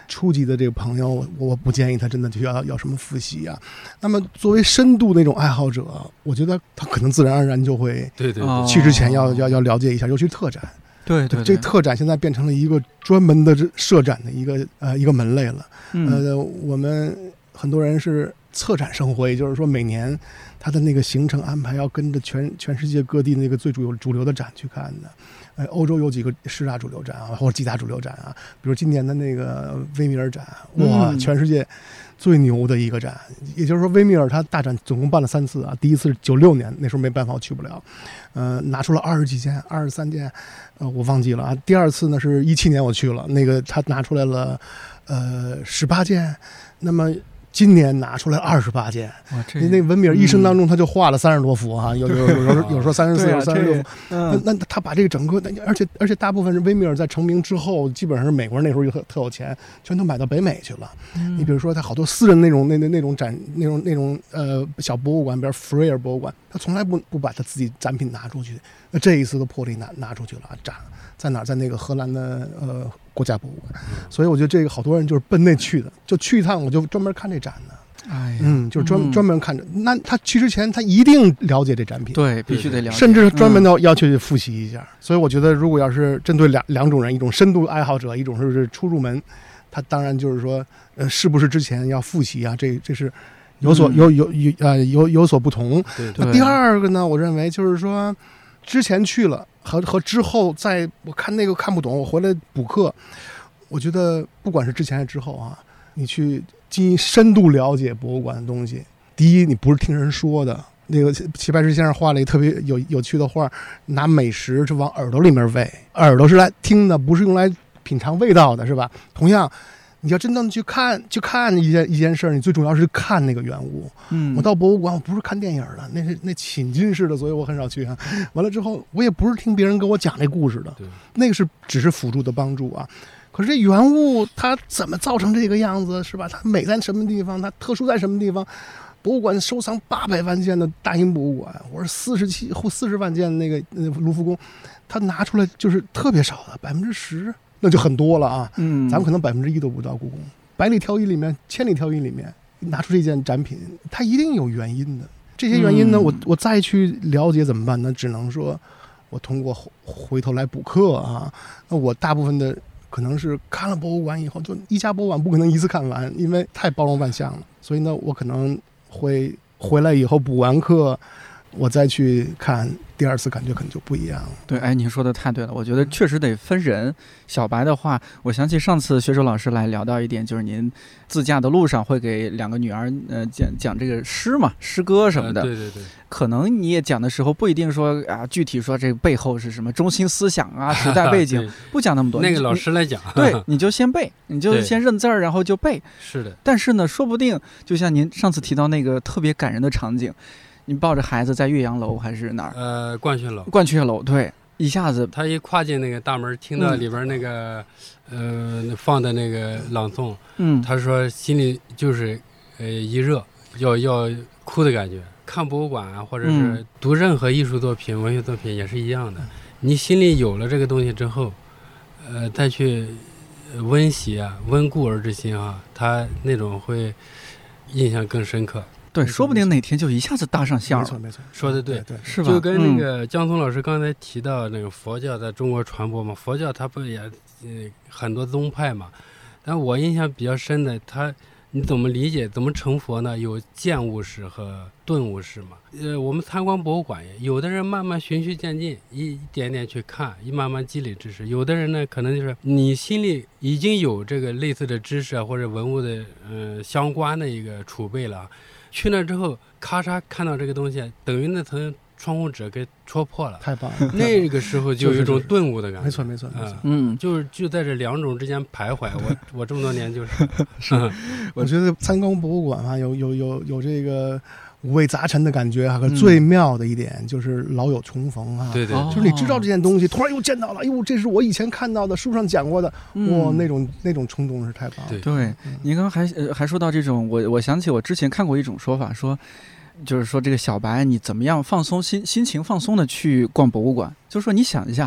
Speaker 3: 初级的这个朋友，我我不建议他真的就要要什么复习啊。那么作为深度那种爱好者，我觉得他可能自然而然就会
Speaker 2: 对对对，
Speaker 3: 去之前要要要了解一下，尤其特展。
Speaker 1: 对 对, 对，
Speaker 3: 这特展现在变成了一个专门的设展的一个呃一个门类了。
Speaker 1: 嗯、
Speaker 3: 呃，我们很多人是策展生活，也就是说每年他的那个行程安排要跟着全全世界各地那个最主流主流的展去看的。呃，欧洲有几个十大主流展啊，或者几大主流展啊，比如今年的那个威米尔展，哇，
Speaker 1: 嗯、
Speaker 3: 全世界最牛的一个展。也就是说，威米尔他大展总共办了三次啊，第一次是九六年，那时候没办法我去不了，呃，拿出了二十几件，二十三件，呃，我忘记了啊。第二次呢是一七年我去了，那个他拿出来了，呃，十八件，那么。今年拿出来二十八件，那文米尔一生当中他就画了三十多幅哈、啊，有有有有有说三十四，有三十六幅。
Speaker 1: 嗯、
Speaker 3: 那那他把这个整个，而且而且大部分是威米尔在成名之后，基本上是美国人那时候就特特有钱，全都买到北美去了。
Speaker 1: 嗯、
Speaker 3: 你比如说他好多私人那种那那那种展那种那种呃小博物馆，比如弗瑞尔博物馆，他从来不不把他自己展品拿出去。那这一次都破例拿拿出去了，展在哪儿？在那个荷兰的呃。国家博物馆，所以我觉得这个好多人就是奔那去的，就去一趟我就专门看这展的。
Speaker 1: 哎，
Speaker 3: 嗯，就是专、嗯、专门看着。那他去之前他一定了解这展品，
Speaker 1: 对，必须得了解，
Speaker 3: 甚至专门要要去复习一下、嗯。所以我觉得，如果要是针对两两种人，一种深度爱好者，一种是初入门，他当然就是说，呃，是不是之前要复习啊？这这是有所、嗯、有有有呃有有所不同。
Speaker 2: 对对。
Speaker 3: 那第二个呢，我认为就是说，之前去了和和之后再我看那个看不懂，我回来补课。我觉得不管是之前还是之后啊，你去进深度了解博物馆的东西，第一你不是听人说的。那个齐白石先生画了一个特别有有趣的画，拿美食就往耳朵里面喂，耳朵是来听的，不是用来品尝味道的，是吧？同样你要真正去看去看一件一件事，你最主要是看那个原物。
Speaker 1: 嗯，
Speaker 3: 我到博物馆我不是看电影的，那是那寝进式的，所以我很少去啊。完了之后我也不是听别人跟我讲这故事的，那个是只是辅助的帮助啊。可是这原物它怎么造成这个样子，是吧？它美在什么地方？它特殊在什么地方？博物馆收藏八百万件的大英博物馆，或者四十七或四十万件那个那卢浮宫，它拿出来就是特别少的百分之十，那就很多了啊。
Speaker 1: 嗯，
Speaker 3: 咱们可能百分之一都不到故宫。百里挑一里面，千里挑一里面拿出这件展品，它一定有原因的。这些原因呢，嗯、我我再去了解怎么办呢？只能说，我通过回头来补课啊。那我大部分的。可能是看了博物馆以后，就一家博物馆不可能一次看完，因为太包罗万象了。所以呢，我可能会回来以后补完课，我再去看，第二次感觉可能就不一样了。
Speaker 1: 对，哎，您说的太对了，我觉得确实得分人。小白的话，我想起上次学手老师来聊到一点，就是您自驾的路上会给两个女儿呃讲讲这个诗嘛，诗歌什么的。
Speaker 2: 呃、对对对。
Speaker 1: 可能你也讲的时候不一定说啊，具体说这背后是什么中心思想啊、时代背景，不讲那么多。
Speaker 2: 那个老师来讲，
Speaker 1: 对，你就先背，你就先认字儿，然后就背。
Speaker 2: 是的。
Speaker 1: 但是呢，说不定就像您上次提到那个特别感人的场景，你抱着孩子在岳阳楼还是哪儿？
Speaker 2: 呃，鹳雀楼。
Speaker 1: 鹳雀楼，对，一下子
Speaker 2: 他一跨进那个大门，听到里边那个、嗯、呃放的那个朗诵，
Speaker 1: 嗯，
Speaker 2: 他说心里就是呃一热，要要哭的感觉。看博物馆啊，或者是读任何艺术作品、嗯、文学作品也是一样的。你心里有了这个东西之后，呃，再去温习啊，温故而知新啊，他那种会印象更深刻。
Speaker 1: 对，说不定哪天就一下子搭上线了。
Speaker 3: 没错没错，
Speaker 2: 说的对，
Speaker 3: 对，
Speaker 1: 是吧？
Speaker 2: 就跟那个江聪老师刚才提到那个佛教在中国传播嘛，佛教它不也呃很多宗派嘛？但我印象比较深的，他你怎么理解？怎么成佛呢？有见悟式和顿悟式嘛？呃，我们参观博物馆，有的人慢慢循序渐进，一点点去看，一慢慢积累知识；有的人呢，可能就是你心里已经有这个类似的知识啊，或者文物的呃相关的一个储备了。去那之后，咔嚓看到这个东西，等于那层窗户纸给戳破了，
Speaker 3: 太棒了！
Speaker 2: 那个时候就有一种顿悟的感觉。
Speaker 3: 没错，没错，没错。
Speaker 1: 嗯，
Speaker 2: 就是就在这两种之间徘徊。我我这么多年就是，
Speaker 1: 是。
Speaker 3: 我觉得参观博物馆啊，有有有有这个五味杂陈的感觉啊。可最妙的一点就是老有重逢啊。
Speaker 2: 对对，
Speaker 3: 就是你知道这件东西，突然又见到了，哎呦，这是我以前看到的，书上讲过的，哇，那种那种冲动是太棒了。
Speaker 1: 对，您刚刚还呃还说到这种，我我想起我之前看过一种说法，说。就是说这个小白你怎么样放松心心情放松的去逛博物馆，就是说你想一下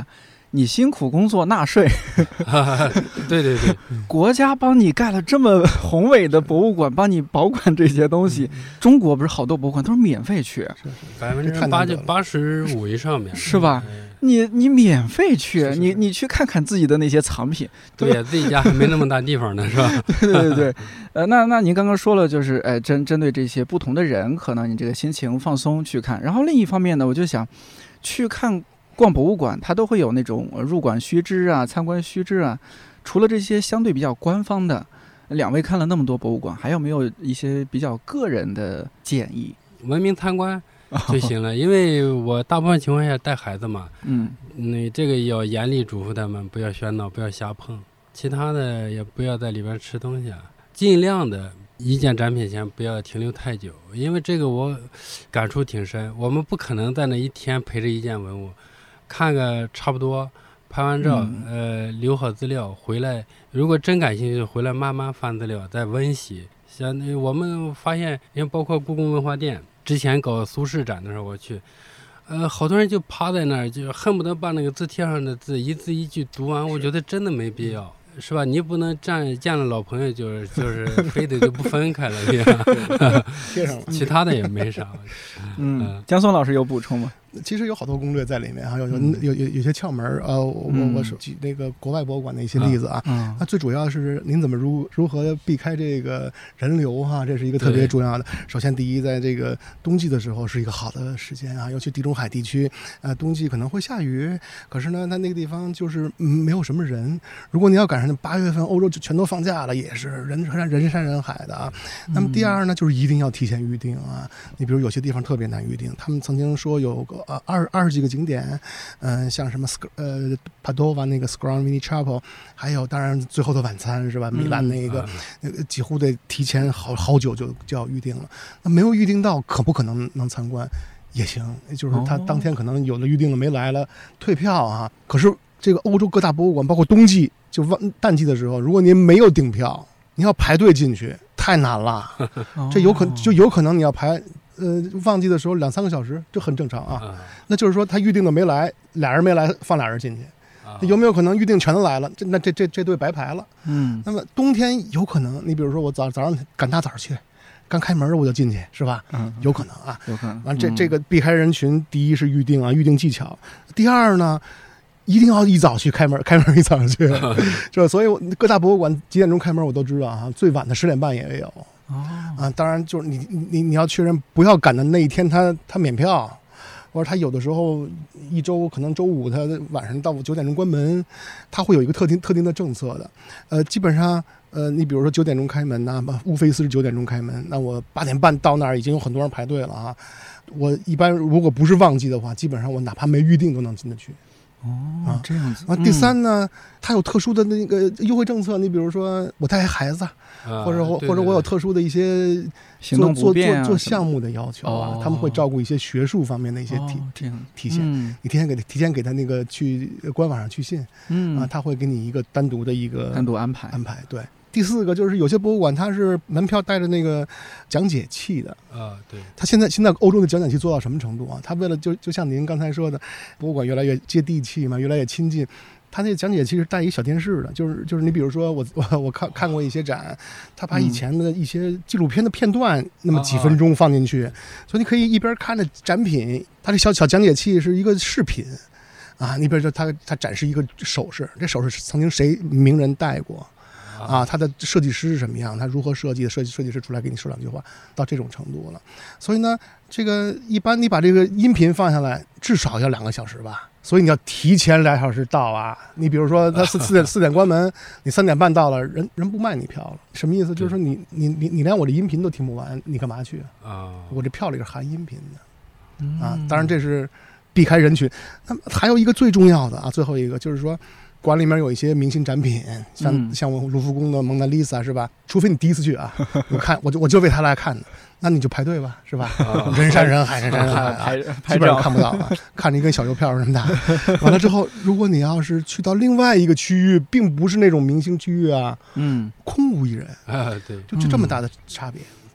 Speaker 1: 你辛苦工作纳税，
Speaker 2: 对对对，
Speaker 1: 国家帮你盖了这么宏伟的博物馆，帮你保管这些东西。中国不是好多博物馆都是免费去，
Speaker 2: 百分之八九八十五以上免费，
Speaker 1: 是吧？你你免费去，你你去看看自己的那些藏品，
Speaker 2: 对呀，自己家还没那么大地方呢，是吧？
Speaker 1: 对对对，呃，那那您刚刚说了，就是哎，针针对这些不同的人，可能你这个心情放松去看。然后另一方面呢，我就想去看逛博物馆，它都会有那种入馆须知啊、参观须知啊。除了这些相对比较官方的，两位看了那么多博物馆，还有没有一些比较个人的建议？
Speaker 2: 文明参观就行了，因为我大部分情况下带孩子嘛，嗯，你这个要严厉嘱咐他们不要喧闹，不要瞎碰，其他的也不要在里边吃东西啊，尽量的一件展品前不要停留太久，因为这个我感触挺深。我们不可能在那一天陪着一件文物，看个差不多，拍完照，嗯、呃，留好资料回来，如果真感兴趣，回来慢慢翻资料，再温习。像我们发现，因为包括故宫文化殿。之前搞苏轼展的时候我去，呃，好多人就趴在那儿，就恨不得把那个字帖上的字一字一句读完。我觉得真的没必要，是吧？你不能站见了老朋友就是就是非得就不分开了，对吧？其他的也没啥。
Speaker 1: 嗯，江松老师有补充吗？
Speaker 3: 其实有好多攻略在里面哈，有有有有有些窍门呃，我我是举那个国外博物馆的一些例子啊。嗯，那最主要是您怎么如如何避开这个人流哈，这是一个特别重要的。首先，第一，在这个冬季的时候是一个好的时间啊，尤其地中海地区，呃，冬季可能会下雨，可是呢，它那个地方就是没有什么人。如果你要赶上八月份，欧洲就全都放假了，也是人人山人海的啊。那么第二呢，就是一定要提前预定啊。你比如有些地方特别难预定，他们曾经说有个。呃，二二十几个景点，嗯、呃，像什么呃帕多瓦那个 Scrivini Chapel， 还有当然最后的晚餐是吧？米兰那个，那个几乎得提前好好久就就要预定了。那没有预定到，可不可能能参观？也行，就是他当天可能有的预定了没来了，退票啊。可是这个欧洲各大博物馆，包括冬季就淡季的时候，如果您没有订票，你要排队进去，太难了。这有可就有可能你要排。呃，旺季的时候两三个小时，这很正常啊。嗯、那就是说他预定的没来，俩人没来，放俩人进去，啊、有没有可能预定全都来了？这那这这这队白排了。嗯，那么冬天有可能，你比如说我早早上赶大早去，刚开门我就进去，是吧？嗯，有可能啊，
Speaker 1: 有可能。
Speaker 3: 完这这个避开人群，第一是预定啊，预定技巧。第二呢，一定要一早去开门，开门一早去，是吧？所以各大博物馆几点钟开门我都知道啊，最晚的十点半也有。哦啊，当然就是你你你要确认不要赶的那一天他他免票，或者他有的时候一周可能周五他晚上到九点钟关门，他会有一个特定特定的政策的，呃，基本上呃你比如说九点钟开门呐，乌菲斯是九点钟开门，那我八点半到那儿已经有很多人排队了啊，我一般如果不是旺季的话，基本上我哪怕没预定都能进得去。
Speaker 1: 哦，啊，这样子。
Speaker 3: 啊，第三呢，嗯、它有特殊的那个优惠政策。你比如说，我带孩子，啊、或者我或者我有特殊的一些
Speaker 1: 行动不便
Speaker 3: 啊、做做做项目的要求啊，哦、他们会照顾一些学术方面的一些体、哦、
Speaker 1: 这样
Speaker 3: 体现。嗯、你提前给提前给他那个去官网上去信，嗯啊，他会给你一个单独的一个
Speaker 1: 单独安排
Speaker 3: 安排。对。第四个就是有些博物馆它是门票带着那个讲解器的
Speaker 2: 啊，对，
Speaker 3: 它现在现在欧洲的讲解器做到什么程度啊？它为了就就像您刚才说的，博物馆越来越接地气嘛，越来越亲近。它那个讲解器是带一小电视的，就是就是你比如说我我我看看过一些展，他把以前的一些纪录片的片段那么几分钟放进去，所以你可以一边看着展品，它这小小讲解器是一个视频啊，你比如说它它展示一个首饰，这首饰曾经谁名人戴过。啊，他的设计师是什么样？他如何设计的？设计设计师出来给你说两句话，到这种程度了。所以呢，这个一般你把这个音频放下来，至少要两个小时吧。所以你要提前俩小时到啊。你比如说，他四四点四点关门，你三点半到了，人人不卖你票了，什么意思？就是说你你你你连我的音频都听不完，你干嘛去啊？我这票里是含音频的啊。当然这是避开人群。那么还有一个最重要的啊，最后一个就是说。馆里面有一些明星展品，像、嗯、像我卢浮宫的蒙娜丽莎是吧？除非你第一次去啊，我看我就我就为他来看的，那你就排队吧，是吧？哦、人山人海，人山人海啊，基本上看不到了，看着一根小邮票那么大。完了之后，如果你要是去到另外一个区域，并不是那种明星区域啊，嗯，空无一人
Speaker 2: 啊，对，
Speaker 3: 就就这么大的差别。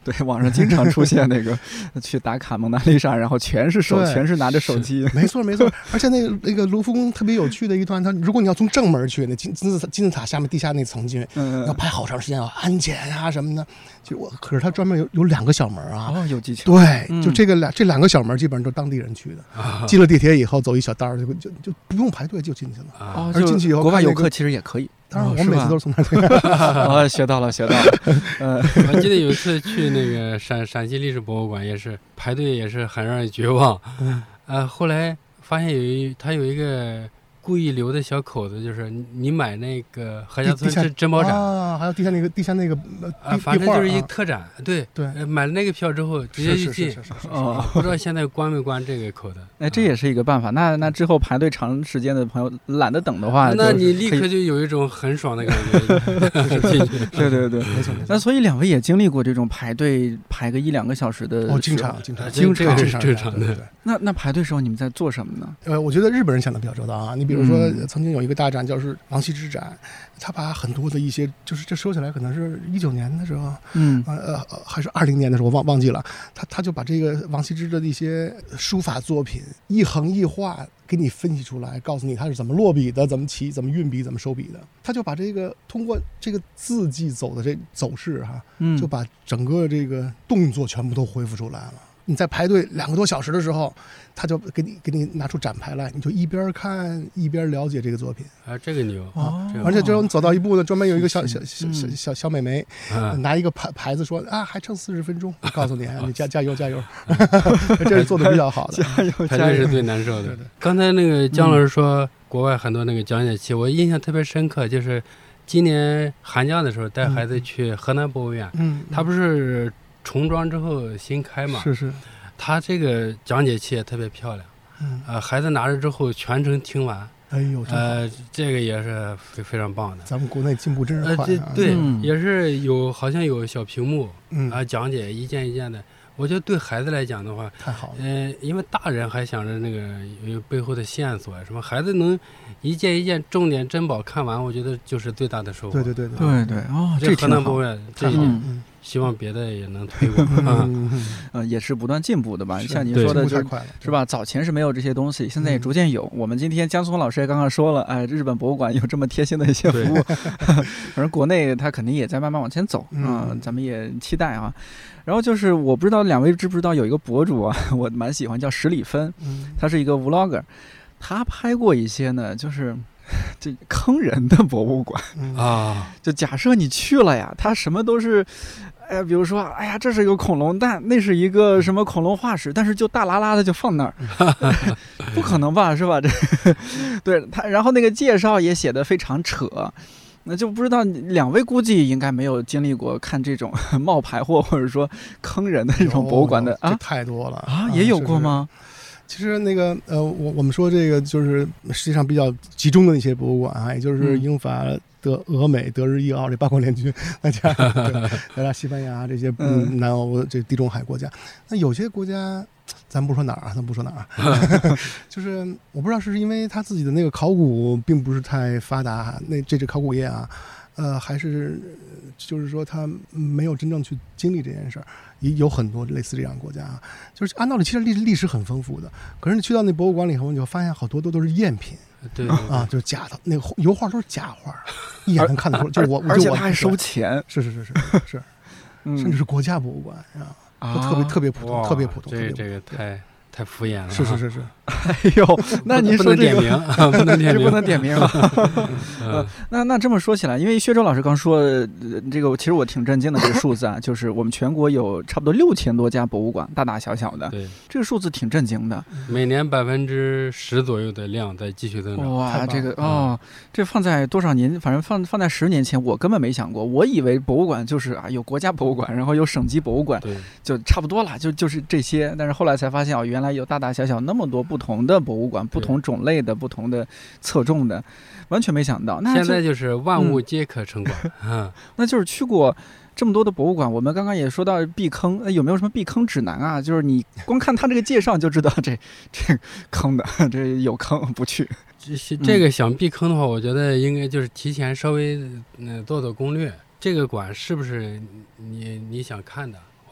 Speaker 1: 对，网上经常出现那个去打卡蒙娜丽莎，然后全是手，全是拿着手机。
Speaker 3: 没错没错，而且那个那个卢浮宫特别有趣的一段，它如果你要从正门去，那金金字金字塔下面地下那层进，嗯，要排好长时间，要安检啊什么的。就我，可是它专门有有两个小门啊，
Speaker 1: 哦，有技巧。
Speaker 3: 对，嗯、就这个两这两个小门基本上都是当地人去的。啊、进了地铁以后，走一小道就就就不用排队就进去了。
Speaker 1: 哦，
Speaker 3: 而进去以后、那个，
Speaker 1: 国外游客其实也可以。
Speaker 3: 当然，我每次都是从那儿进。
Speaker 1: 哦，学到了，学到了。
Speaker 2: 呃，我记得有一次去那个陕陕西历史博物馆，也是排队，也是很让人绝望。嗯，呃，后来发现有一他有一个故意留的小口子，就是你买那个何家村珍珍宝展
Speaker 3: 啊，还有地下那个地下那个
Speaker 2: 啊，反正就是一个特展。对
Speaker 3: 对，
Speaker 2: 呃，买了那个票之后直接就进。哦，不知道现在关没关这个口的。
Speaker 1: 哎，这也是一个办法。那那之后排队长时间的朋友懒得等的话，
Speaker 2: 那你立刻就有一种很爽的感觉。
Speaker 1: 对对对，
Speaker 3: 没错。
Speaker 1: 那所以两位也经历过这种排队排个一两个小时的？
Speaker 3: 哦，经常经常
Speaker 2: 经常
Speaker 3: 经常
Speaker 2: 正常的。
Speaker 1: 那那排队时候你们在做什么呢？
Speaker 3: 呃，我觉得日本人想的比较周到啊。你比如说，曾经有一个大展就是王羲之展，他把很多的一些，就是这说起来可能是一九年的时候，嗯，呃呃，还是二零年的时候，我忘忘记了。他他就把这个王羲之的一些书法作品一横一画给你分析出来，告诉你他是怎么落笔的，怎么起，怎么运笔，怎么收笔的。他就把这个通过这个字迹走的这走势哈，嗯，就把整个这个动作全部都恢复出来了。你在排队两个多小时的时候，他就给你给你拿出展牌来，你就一边看一边了解这个作品
Speaker 2: 啊，这个牛
Speaker 3: 啊！而且之后你走到一步呢，专门有一个小小小小小小美眉，嗯、拿一个牌牌子说啊，还剩四十分钟，告诉你，你加加油加油，这是做的比较好的，
Speaker 1: 加油
Speaker 2: 排队是最难受的。对对，刚才那个姜老师说、嗯、国外很多那个讲解器，我印象特别深刻，就是今年寒假的时候带孩子去河南博物院，嗯，他不是重装之后新开嘛，
Speaker 3: 是是，
Speaker 2: 他这个讲解器也特别漂亮，嗯，呃，孩子拿着之后全程听完，
Speaker 3: 哎呦，
Speaker 2: 呃，这个也是非非常棒的。
Speaker 3: 咱们国内进步真是快、啊，
Speaker 2: 呃、对，嗯、也是有好像有小屏幕，嗯啊、呃，讲解一件一件的。我觉得对孩子来讲的话，
Speaker 3: 太好了。
Speaker 2: 嗯、呃，因为大人还想着那个有背后的线索什么，孩子能一件一件重点珍宝看完，我觉得就是最大的收获。
Speaker 3: 对对对
Speaker 1: 对对对，哦，
Speaker 2: 这河南博物院这一点。嗯，希望别的也能推广啊，
Speaker 1: 呃，也是不断进步的吧。像您说的，就是是吧？早前是没有这些东西，现在也逐渐有。我们今天江松老师也刚刚说了，哎，日本博物馆有这么贴心的一些服务，反正国内它肯定也在慢慢往前走啊、呃，咱们也期待啊。然后就是我不知道两位知不知道有一个博主啊，我蛮喜欢，叫史里芬，他是一个 vlogger， 他拍过一些呢，就是这坑人的博物馆啊，就假设你去了呀，他什么都是。哎呀，比如说，哎呀，这是一个恐龙蛋，那是一个什么恐龙化石，但是就大拉拉的就放那儿，不可能吧，是吧？这，对他，然后那个介绍也写得非常扯，那就不知道两位估计应该没有经历过看这种冒牌货或者说坑人的这种博物馆的啊，
Speaker 3: 这太多了
Speaker 1: 啊，也有过吗？
Speaker 3: 是是其实那个呃，我我们说这个就是实际上比较集中的一些博物馆啊，也就是英法。德、俄美、德日意奥这八国联军，大家再加西班牙这些嗯南欧这地中海国家，那有些国家咱不说哪儿啊，咱不说哪儿、啊，就是我不知道是因为他自己的那个考古并不是太发达，那这支考古业啊，呃，还是就是说他没有真正去经历这件事儿。也有很多类似这样的国家啊，就是按道理其实历历史很丰富的，可是你去到那博物馆里以后，你就发现好多都都是赝品，
Speaker 2: 对, 对,
Speaker 3: 对啊，就是假的，那个油画都是假画，一眼能看得出来。就我，
Speaker 1: 而且他还收钱，
Speaker 3: 是是是是是，甚至是国家博物馆啊，特别特别普通，特别普通，
Speaker 2: 这这个太。太敷衍了，
Speaker 3: 是是是是，
Speaker 1: 哎呦，那您说这个
Speaker 2: 不能点名，不能点名，
Speaker 1: 不能点名了。呃、那那这么说起来，因为薛周老师刚说、呃、这个，其实我挺震惊的这个数字啊，就是我们全国有差不多六千多家博物馆，大大小小的，
Speaker 2: 对，
Speaker 1: 这个数字挺震惊的。
Speaker 2: 每年百分之十左右的量在继续增长。
Speaker 1: 哇，这个哦，这放在多少年？反正放放在十年前，我根本没想过，我以为博物馆就是啊，有国家博物馆，然后有省级博物馆，
Speaker 2: 对，
Speaker 1: 就差不多了，就就是这些。但是后来才发现哦，原来有大大小小那么多不同的博物馆，不同种类的，不同的侧重的，完全没想到。那
Speaker 2: 现在就是万物皆可城馆，
Speaker 1: 嗯，那就是去过这么多的博物馆，我们刚刚也说到避坑，有没有什么避坑指南啊？就是你光看他这个介绍就知道这这坑的，这有坑不去。
Speaker 2: 这这个想避坑的话，我觉得应该就是提前稍微嗯做做攻略，这个馆是不是你你想看的？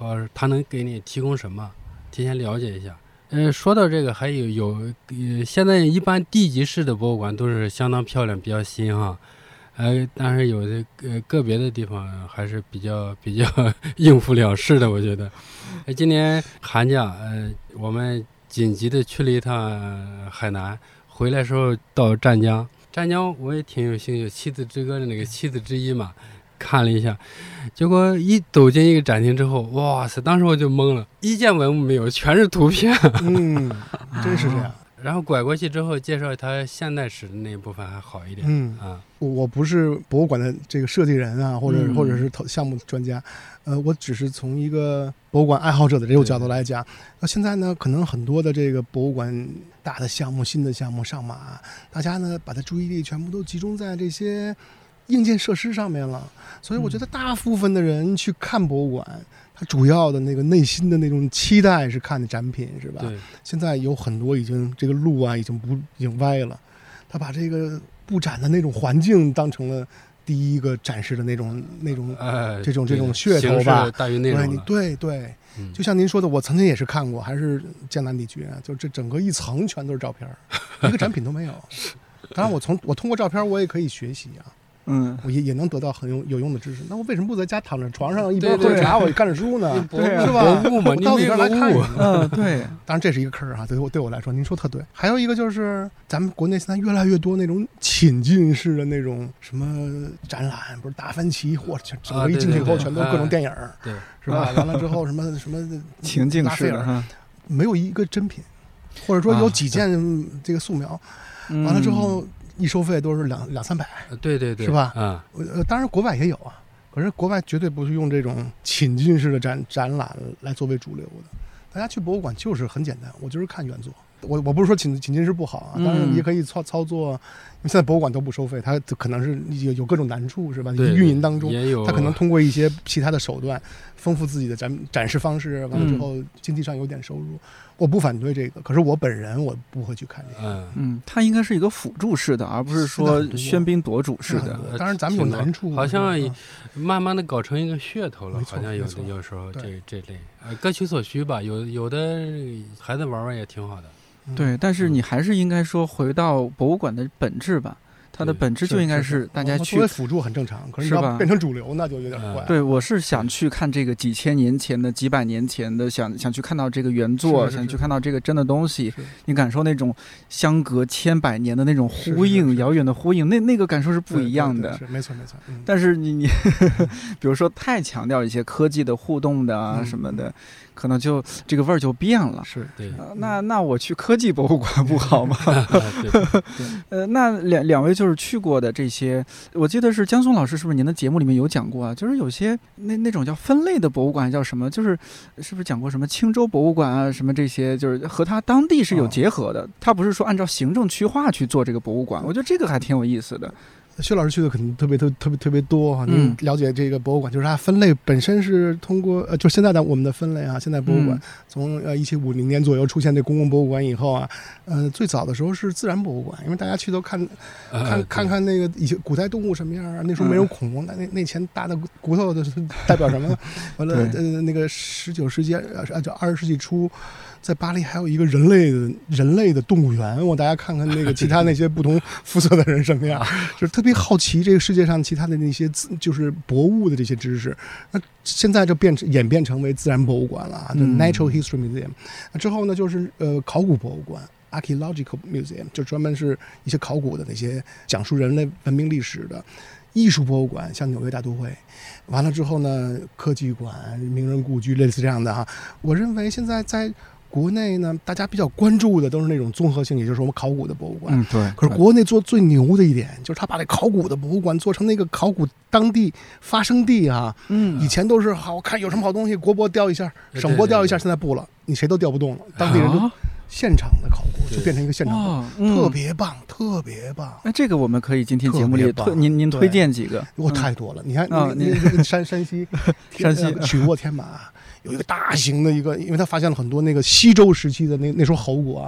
Speaker 2: 呃，他能给你提供什么，提前了解一下。呃，说到这个，还有有呃，现在一般地级市的博物馆都是相当漂亮，比较新哈。呃，但是有的呃个别的地方还是比较比较应付了事的，我觉得。呃，今年寒假，呃，我们紧急的去了一趟海南，回来时候到湛江，湛江我也挺有兴趣，七子之歌的那个七子之一嘛，看了一下，结果一走进一个展厅之后，哇塞，当时我就懵了，一件文物没有，全是图片。
Speaker 3: 嗯，真是这样。
Speaker 2: 然后拐过去之后，介绍它现代史的那一部分还好一点。
Speaker 3: 嗯
Speaker 2: 啊，
Speaker 3: 我我不是博物馆的这个设计人啊，或者、
Speaker 1: 嗯、
Speaker 3: 或者是投项目专家，呃，我只是从一个博物馆爱好者的这种角度来讲。那现在呢，可能很多的这个博物馆大的项目、新的项目上马，大家呢把它注意力全部都集中在这些硬件设施上面了，所以我觉得大部分的人去看博物馆。嗯，主要的那个内心的那种期待是看的展品，是吧？
Speaker 2: 对。
Speaker 3: 现在有很多已经这个路啊，已经不已经歪了，他把这个布展的那种环境当成了第一个展示的那种那种、呃、这种这种噱头吧。
Speaker 2: 大于内容了。
Speaker 3: 对对，嗯，就像您说的，我曾经也是看过，还是江南地区啊，就这整个一层全都是照片，一个展品都没有。当然，我从我通过照片，我也可以学习啊。嗯，我也也能得到很有有用的知识。那我为什么不在家躺着床上一边喝茶，我看着书呢？
Speaker 2: 对，
Speaker 3: 是吧？
Speaker 2: 博物嘛，
Speaker 3: 到底这儿来看
Speaker 1: 呢？嗯，对。
Speaker 3: 当然这是一个坑啊，对我对我来说，您说特对。还有一个就是，咱们国内现在越来越多那种情境式的那种什么展览，不是达芬奇，或者整个一进去以后全都是各种电影，
Speaker 2: 对，
Speaker 3: 是吧？完了之后什么什么
Speaker 1: 情境式的，
Speaker 3: 没有一个真品，或者说有几件这个素描，完了之后。一收费都是两两三百，
Speaker 2: 对对对，
Speaker 3: 是吧？
Speaker 2: 啊、
Speaker 3: 嗯，呃，当然国外也有啊，可是国外绝对不是用这种情境式的展展览来作为主流的。大家去博物馆就是很简单，我就是看原作。我我不是说情情境式不好啊，当然也可以操操作。因为现在博物馆都不收费，它可能是有有各种难处，是吧？运营当中，它可能通过一些其他的手段丰富自己的展展示方式，完了之后经济上有点收入。我不反对这个，可是我本人我不会去看这个。
Speaker 1: 嗯，它应该是一个辅助式的，而不是说喧宾夺主式的。
Speaker 3: 当然，咱们有难处，
Speaker 2: 好像慢慢的搞成一个噱头了，好像有的有时候这这类呃各取所需吧，有有的孩子玩玩也挺好的。
Speaker 1: 对，但是你还是应该说回到博物馆的本质吧。它的本质就应该是大家去
Speaker 3: 作为辅助很正常，可是你要变成主流那就有点怪。
Speaker 1: 对，我是想去看这个几千年前的、几百年前的，想想去看到这个原作，想去看到这个真的东西，你感受那种相隔千百年的那种呼应、遥远的呼应，那那个感受是不一样的。
Speaker 3: 是没错没错。
Speaker 1: 但是你你，比如说太强调一些科技的互动的啊什么的。可能就这个味儿就变了，
Speaker 3: 是
Speaker 2: 对。
Speaker 1: 呃、那那我去科技博物馆不好吗？呃，那两两位就是去过的这些，我记得是江松老师，是不是您的节目里面有讲过啊？就是有些那那种叫分类的博物馆叫什么？就是是不是讲过什么青州博物馆啊，什么这些，就是和它当地是有结合的。它、哦、不是说按照行政区划去做这个博物馆，我觉得这个还挺有意思的。
Speaker 3: 薛老师去的可能特别特特别特别多哈，您了解这个博物馆，就是它分类本身是通过呃，就现在的我们的分类啊，现在博物馆、嗯、从呃一七五零年左右出现这公共博物馆以后啊，呃，最早的时候是自然博物馆，因为大家去都看看、呃、看看那个以前古代动物什么样啊，那时候没有恐龙，那、嗯、那前大的骨头的代表什么？完了呃，那个十九世纪呃，就二十世纪初。在巴黎还有一个人类的人类的动物园，我大家看看那个其他那些不同肤色的人什么样，就是特别好奇这个世界上其他的那些就是博物的这些知识。那现在就变成演变成为自然博物馆了，就 Natural History Museum。那之后呢，就是呃考古博物馆 Archaeological Museum， 就专门是一些考古的那些讲述人类文明历史的。艺术博物馆像纽约大都会，完了之后呢，科技馆、名人故居类似这样的哈。我认为现在在国内呢，大家比较关注的都是那种综合性，也就是我们考古的博物馆。
Speaker 1: 嗯，对。
Speaker 3: 可是国内做最牛的一点，就是他把这考古的博物馆做成那个考古当地发生地啊。嗯。以前都是好，我看有什么好东西，国博调一下，省博调一下，现在不了，你谁都调不动了，当地人就。啊现场的考古就变成一个现场，嗯、特别棒，特别棒。
Speaker 1: 那这个我们可以今天节目里推您您推荐几个？
Speaker 3: 我太多了，你看，哦、你那个山山西
Speaker 1: 山西
Speaker 3: 曲沃天马有一个大型的一个，因为他发现了很多那个西周时期的那那时候侯国啊，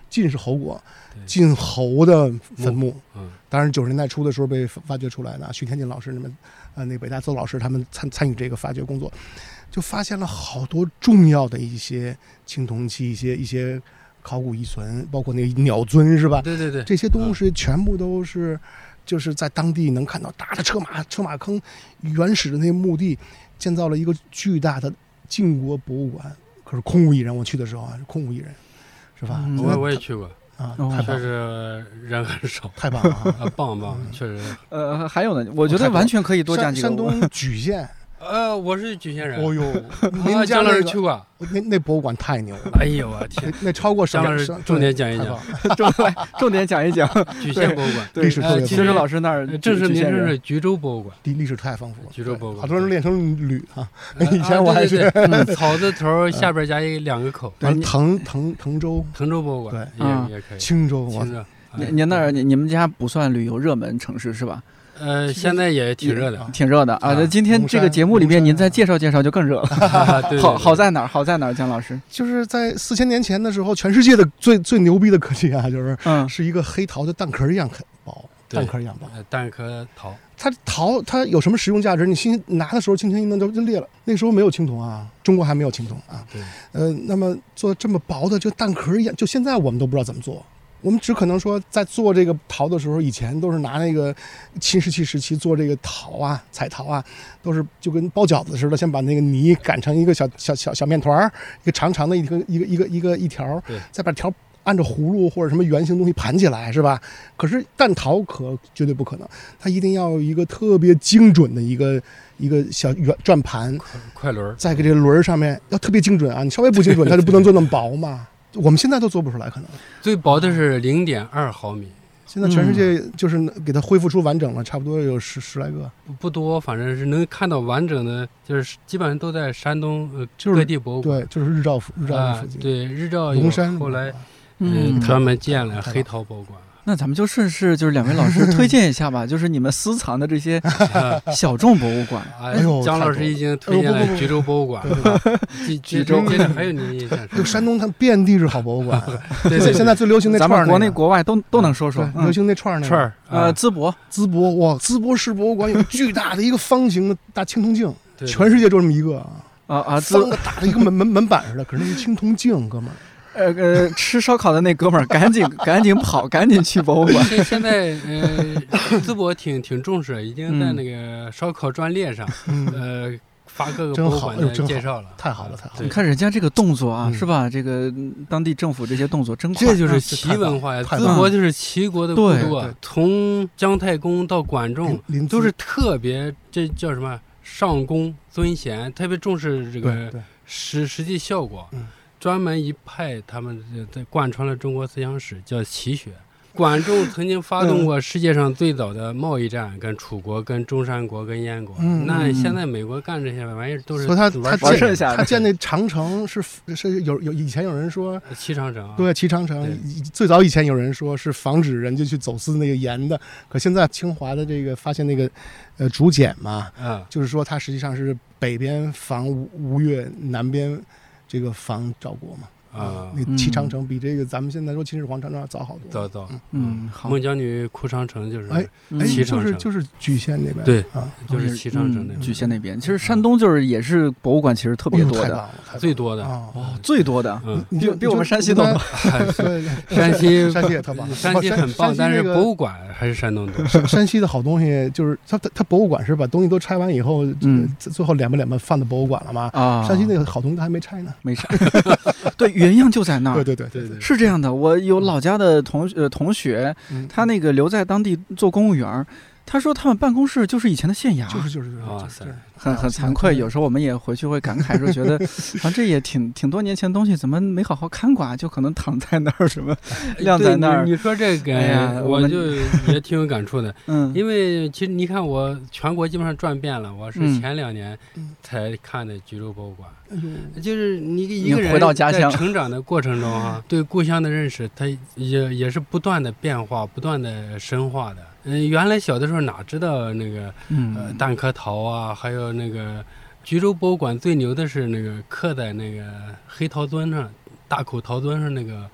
Speaker 3: 晋是侯国，晋侯的坟墓。嗯，当然九十年代初的时候被发掘出来的，徐天进老师你们，呃，那个北大邹老师他们参参与这个发掘工作，就发现了好多重要的一些青铜器，一些一些考古遗存，包括那个鸟尊是吧？
Speaker 2: 对对对，
Speaker 3: 这些东西全部都是。就是在当地能看到大的车马车马坑，原始的那些墓地，建造了一个巨大的晋国博物馆，可是空无一人。我去的时候啊，空无一人，是吧？
Speaker 2: 嗯、我我也去过
Speaker 3: 啊，太
Speaker 2: 确实人很少，
Speaker 3: 太棒了
Speaker 2: 啊，棒棒，确实。
Speaker 1: 呃，还有呢，我觉得完全可以多讲几个。
Speaker 3: 山东莒县。
Speaker 2: 呃，我是莒县人。
Speaker 3: 哦呦，
Speaker 2: 您姜老师去过？
Speaker 3: 那那博物馆太牛了！
Speaker 2: 哎呦我天，
Speaker 3: 那超过
Speaker 2: 姜老师重点讲一讲，
Speaker 1: 重来重点讲一讲
Speaker 2: 莒县博物馆
Speaker 3: 历史特别。
Speaker 1: 其实老师那儿
Speaker 2: 正式名称是莒州博物馆，
Speaker 3: 历史太丰富了。
Speaker 2: 莒州博物馆，
Speaker 3: 好多人练成吕啊。以前我还是
Speaker 2: 草字头下边加一两个口。
Speaker 3: 滕滕滕州
Speaker 2: 滕州博物馆，
Speaker 3: 对，
Speaker 2: 也也可以。
Speaker 3: 青州，
Speaker 2: 青州。
Speaker 1: 您您那儿你你们家不算旅游热门城市是吧？
Speaker 2: 呃，现在也挺热的，
Speaker 1: 挺热的啊！那今天这个节目里面，您再介绍介绍就更热了。好，好在哪儿？好在哪儿？姜老师，
Speaker 3: 就是在四千年前的时候，全世界的最最牛逼的科技啊，就是嗯，是一个黑陶的蛋壳一样薄，蛋壳一样薄，
Speaker 2: 蛋壳陶。
Speaker 3: 它陶它有什么实用价值？你轻拿的时候轻轻一弄就就裂了。那时候没有青铜啊，中国还没有青铜啊。
Speaker 2: 对，
Speaker 3: 呃，那么做这么薄的就蛋壳一样，就现在我们都不知道怎么做。我们只可能说，在做这个陶的时候，以前都是拿那个新石器时期做这个陶啊、彩陶啊，都是就跟包饺子似的，先把那个泥擀成一个小小小小面团，一个长长的一个一个一个一个一条，再把条按照葫芦或者什么圆形东西盘起来，是吧？可是蛋陶可绝对不可能，它一定要有一个特别精准的一个一个小圆转盘
Speaker 2: 快轮，
Speaker 3: 在这个轮上面要特别精准啊！你稍微不精准，它就不能做那么薄嘛。我们现在都做不出来，可能
Speaker 2: 最薄的是零点二毫米。
Speaker 3: 现在全世界就是给它恢复出完整了，差不多有十十来个，
Speaker 2: 不多，反正是能看到完整的，就是基本上都在山东呃各地博物馆。
Speaker 3: 对，就是日照日照附近。
Speaker 2: 对，日照
Speaker 3: 龙山
Speaker 2: 后来嗯专门建了黑陶博物馆。
Speaker 1: 那咱们就顺势，就是两位老师推荐一下吧，就是你们私藏的这些小众博物馆。
Speaker 2: 哎呦，姜老师已经推荐了莒州博物馆，莒州还有您印象？
Speaker 3: 就山东它遍地是好博物馆。对对，现在最流行那串儿，
Speaker 1: 咱们国内国外都都能说说。
Speaker 3: 流行那串儿那
Speaker 2: 串儿，
Speaker 1: 呃，淄博，
Speaker 3: 淄博哇，淄博市博物馆有巨大的一个方形的大青铜镜，全世界就这么一个
Speaker 1: 啊啊，
Speaker 3: 方的大的一个门门门板似的，可是那是青铜镜，哥们儿。
Speaker 1: 呃呃，吃烧烤的那哥们儿，赶紧赶紧跑，赶紧去博物馆。
Speaker 2: 现在呃，淄博挺挺重视，已经在那个烧烤专列上，呃，发各个博物馆的介绍了。
Speaker 3: 太好了，太好了！
Speaker 1: 你看人家这个动作啊，是吧？这个当地政府这些动作真快。
Speaker 2: 这就是齐文化呀，淄博就是齐国的故都啊。从姜太公到管仲，都是特别这叫什么上公尊贤，特别重视这个实实际效果。专门一派，他们在贯穿了中国思想史，叫齐学。管仲曾经发动过世界上最早的贸易战，跟楚国、跟中山国、跟燕国。嗯、那现在美国干这些玩意儿都是
Speaker 3: 他他
Speaker 1: 玩剩下的。
Speaker 3: 他建那长城是是有有以前有人说
Speaker 2: 齐长城、啊，
Speaker 3: 对齐长城，最早以前有人说是防止人家去走私那个盐的，可现在清华的这个发现那个呃竹简嘛，嗯，就是说它实际上是北边防吴吴越，南边这个防赵国嘛。啊，那齐长城比这个咱们现在说秦始皇长城要早好多，
Speaker 2: 早早，
Speaker 1: 嗯，好。
Speaker 2: 孟姜女哭长城就是
Speaker 3: 哎哎，就是就是莒县那边，
Speaker 2: 对
Speaker 3: 啊，
Speaker 2: 就是齐长城那边，
Speaker 1: 莒县那边。其实山东就是也是博物馆，其实特别多的，
Speaker 2: 最多的
Speaker 1: 哦，最多的，
Speaker 3: 嗯，
Speaker 1: 比比我们山西多。
Speaker 2: 山西
Speaker 3: 山西也特棒，
Speaker 2: 山西很棒，但是博物馆还是山东多。
Speaker 3: 山西的好东西就是它它它博物馆是把东西都拆完以后，嗯，最后敛吧敛吧放到博物馆了嘛。啊，山西那个好东西还没拆呢，
Speaker 1: 没拆。对，原样就在那儿。
Speaker 3: 对对对对对，
Speaker 1: 是这样的。我有老家的同呃同学，他那个留在当地做公务员，他说他们办公室就是以前的县衙，
Speaker 3: 就是就是就是，
Speaker 2: 哇塞，
Speaker 1: 很很惭愧。有时候我们也回去会感慨说，觉得啊这也挺挺多年前的东西，怎么没好好看管，就可能躺在那儿，什么晾在那儿。
Speaker 2: 你说这个，哎呀，我就也挺有感触的。嗯，因为其实你看我全国基本上转遍了，我是前两年才看的莒州博物馆。嗯，就是你一个人
Speaker 1: 回到家乡
Speaker 2: 在成长的过程中啊，对故乡的认识，它也也是不断的变化，不断的深化的。嗯，原来小的时候哪知道那个呃蛋壳陶啊，还有那个莒州博物馆最牛的是那个刻在那个黑陶尊上，大口陶尊上那个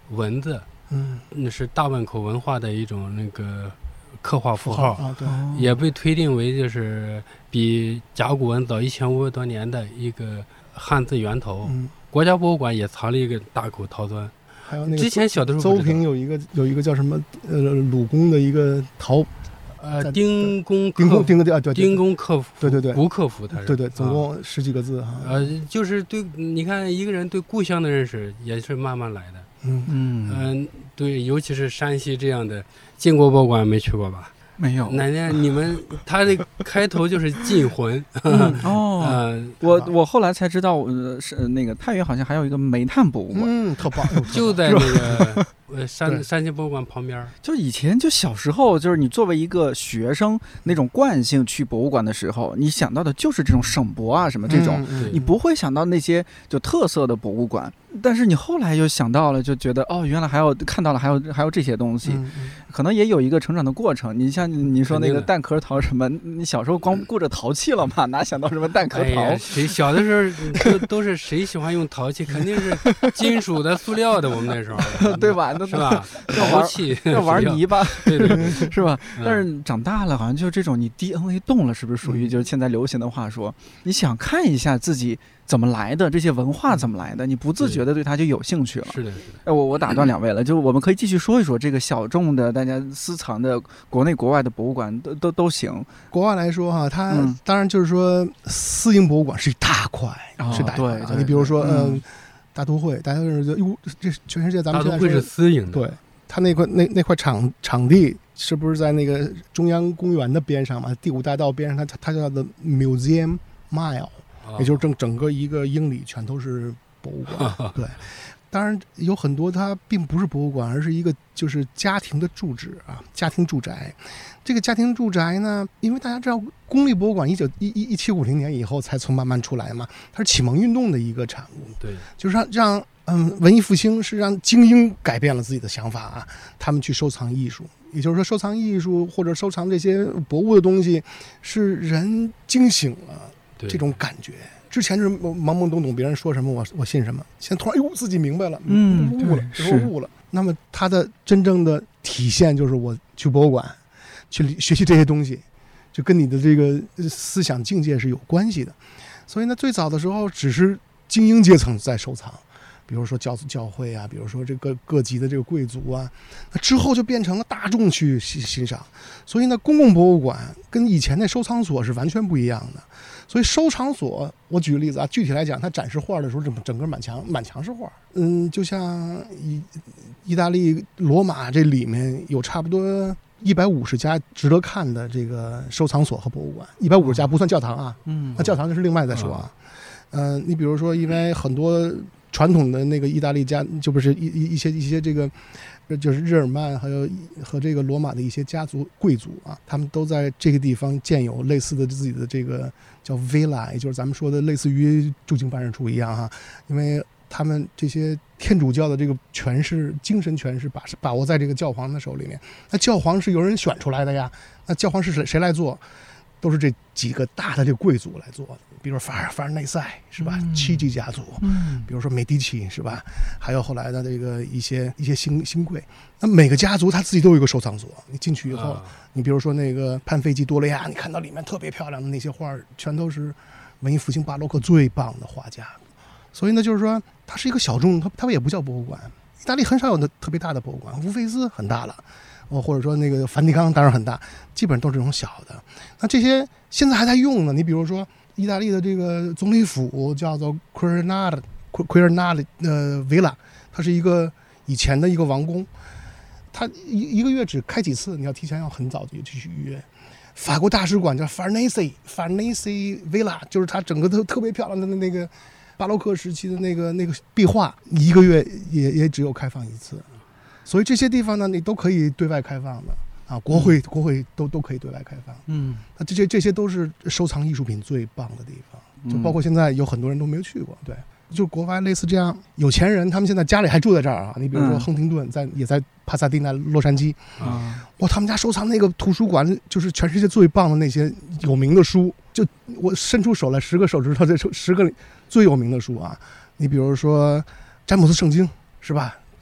Speaker 2: 文字，
Speaker 3: 嗯，
Speaker 2: 那是大汶口文化的一种那个刻画符号，
Speaker 3: 啊，对，
Speaker 2: 也被推定为就是比甲骨文早一千五百多年的一个汉字源头。
Speaker 3: 嗯，
Speaker 2: 国家博物馆也藏了一个大口陶砖。
Speaker 3: 还有那个
Speaker 2: 之前小的时候
Speaker 3: 邹平有一个有一个叫什么呃鲁公的一个陶，
Speaker 2: 呃丁公
Speaker 3: 丁公丁公啊对
Speaker 2: 丁公克服
Speaker 3: 对对对
Speaker 2: 古克服它是
Speaker 3: 对对总共十几个字哈、
Speaker 2: 啊。呃，就是对你看一个人对故乡的认识也是慢慢来的。
Speaker 3: 嗯
Speaker 2: 嗯、呃、对，尤其是山西这样的，晋国博物馆没去过吧？
Speaker 1: 没有，
Speaker 2: 奶奶，你们他的开头就是晋魂、
Speaker 1: 嗯、哦、
Speaker 2: 呃，
Speaker 1: 我我后来才知道，呃，是那个太原好像还有一个煤炭博物馆，
Speaker 3: 嗯，特棒，
Speaker 2: 就在那个呃山山西博物馆旁边。
Speaker 1: 就是以前就小时候，就是你作为一个学生那种惯性去博物馆的时候，你想到的就是这种省博啊什么这种，
Speaker 3: 嗯、
Speaker 1: 你不会想到那些就特色的博物馆。但是你后来又想到了，就觉得哦，原来还有看到了，还有还有这些东西，
Speaker 3: 嗯嗯、
Speaker 1: 可能也有一个成长的过程。你像你说那个蛋壳陶什么，你小时候光顾着陶器了嘛，哪想到什么蛋壳陶？
Speaker 2: 哎、谁小的时候都都是谁喜欢用陶器，肯定是金属的、塑料的。我们那时候
Speaker 1: 对吧？
Speaker 2: 是吧？陶器
Speaker 1: 要玩泥巴，
Speaker 2: 对对对，
Speaker 1: 是吧？但是长大了，好像就这种你 D N A 动了，是不是属于就是现在流行的话说，你想看一下自己怎么来的，这些文化怎么来的，你不自觉的对它就有兴趣了。
Speaker 2: 是的，是的。
Speaker 1: 哎，我我打断两位了，就我们可以继续说一说这个小众的大家私藏的国内国外的博物馆都都都行。
Speaker 3: 国外来说哈，它、嗯、当然就是说私营博物馆是一大块，
Speaker 1: 哦、
Speaker 3: 是大块、啊。
Speaker 1: 对，
Speaker 3: 你比如说嗯、
Speaker 1: 呃，
Speaker 3: 大都会，大家认为哟，这全世界咱们现在
Speaker 2: 大都会是私营的，
Speaker 3: 对，它那块那那块场场地是不是在那个中央公园的边上嘛？第五大道边上，它它叫的 Museum Mile。也就是整整个一个英里全都是博物馆，对。当然有很多它并不是博物馆，而是一个就是家庭的住址啊，家庭住宅。这个家庭住宅呢，因为大家知道公立博物馆一九一一一七五零年以后才从慢慢出来嘛，它是启蒙运动的一个产物，
Speaker 2: 对，
Speaker 3: 就是让让嗯文艺复兴是让精英改变了自己的想法啊，他们去收藏艺术。也就是说，收藏艺术或者收藏这些博物的东西，是人惊醒了。这种感觉，之前是懵懵懂懂，别人说什么我我信什么。现在突然，哎呦，自己明白了，
Speaker 1: 嗯，
Speaker 3: 悟了，是悟了。那么它的真正的体现就是我去博物馆，去学习这些东西，就跟你的这个思想境界是有关系的。所以呢，最早的时候只是精英阶层在收藏，比如说教教会啊，比如说这个各级的这个贵族啊，那之后就变成了大众去欣赏。所以呢，公共博物馆跟以前那收藏所是完全不一样的。所以收藏所，我举个例子啊，具体来讲，它展示画的时候，整整个满墙满墙是画。嗯，就像意意大利罗马这里面有差不多一百五十家值得看的这个收藏所和博物馆，一百五十家不算教堂啊，嗯，那教堂就是另外再说啊。嗯、呃，你比如说，因为很多传统的那个意大利家，就不是一一一些一些这个。就是日耳曼还有和这个罗马的一些家族贵族啊，他们都在这个地方建有类似的自己的这个叫 villa， 也就是咱们说的类似于驻京办事处一样哈，因为他们这些天主教的这个权势、精神权势把把握在这个教皇的手里面。那教皇是由人选出来的呀，那教皇是谁谁来做？都是这几个大的这个贵族来做的，比如说法尔法尔内塞是吧？嗯、七级家族，嗯，比如说美第奇是吧？还有后来的这个一些一些新新贵，那每个家族他自己都有一个收藏所。你进去以后，啊、你比如说那个潘菲基多利亚，你看到里面特别漂亮的那些画，全都是文艺复兴巴洛克最棒的画家。所以呢，就是说它是一个小众，它它也不叫博物馆。意大利很少有的特别大的博物馆，乌菲兹很大了。哦，或者说那个梵蒂冈当然很大，基本上都是这种小的。那这些现在还在用呢。你比如说，意大利的这个总理府叫做奎尔纳的奎尔纳的呃 villa， 它是一个以前的一个王宫，它一一个月只开几次，你要提前要很早就去预约。法国大使馆叫 Farnese Farnese villa， 就是它整个都特别漂亮的那个巴洛克时期的那个那个壁画，一个月也也只有开放一次。所以这些地方呢，你都可以对外开放的啊，国会、嗯、国会都都可以对外开放。嗯，那这些这些都是收藏艺术品最棒的地方，就包括现在有很多人都没有去过。对，就国外类似这样有钱人，他们现在家里还住在这儿啊。你比如说亨廷顿在、嗯、也在帕萨蒂纳洛杉矶啊，哇，他们家收藏那个图书馆就是全世界最棒的那些有名的书，就我伸出手来十个手指头，这十个最有名的书啊。你比如说詹姆斯圣经是吧？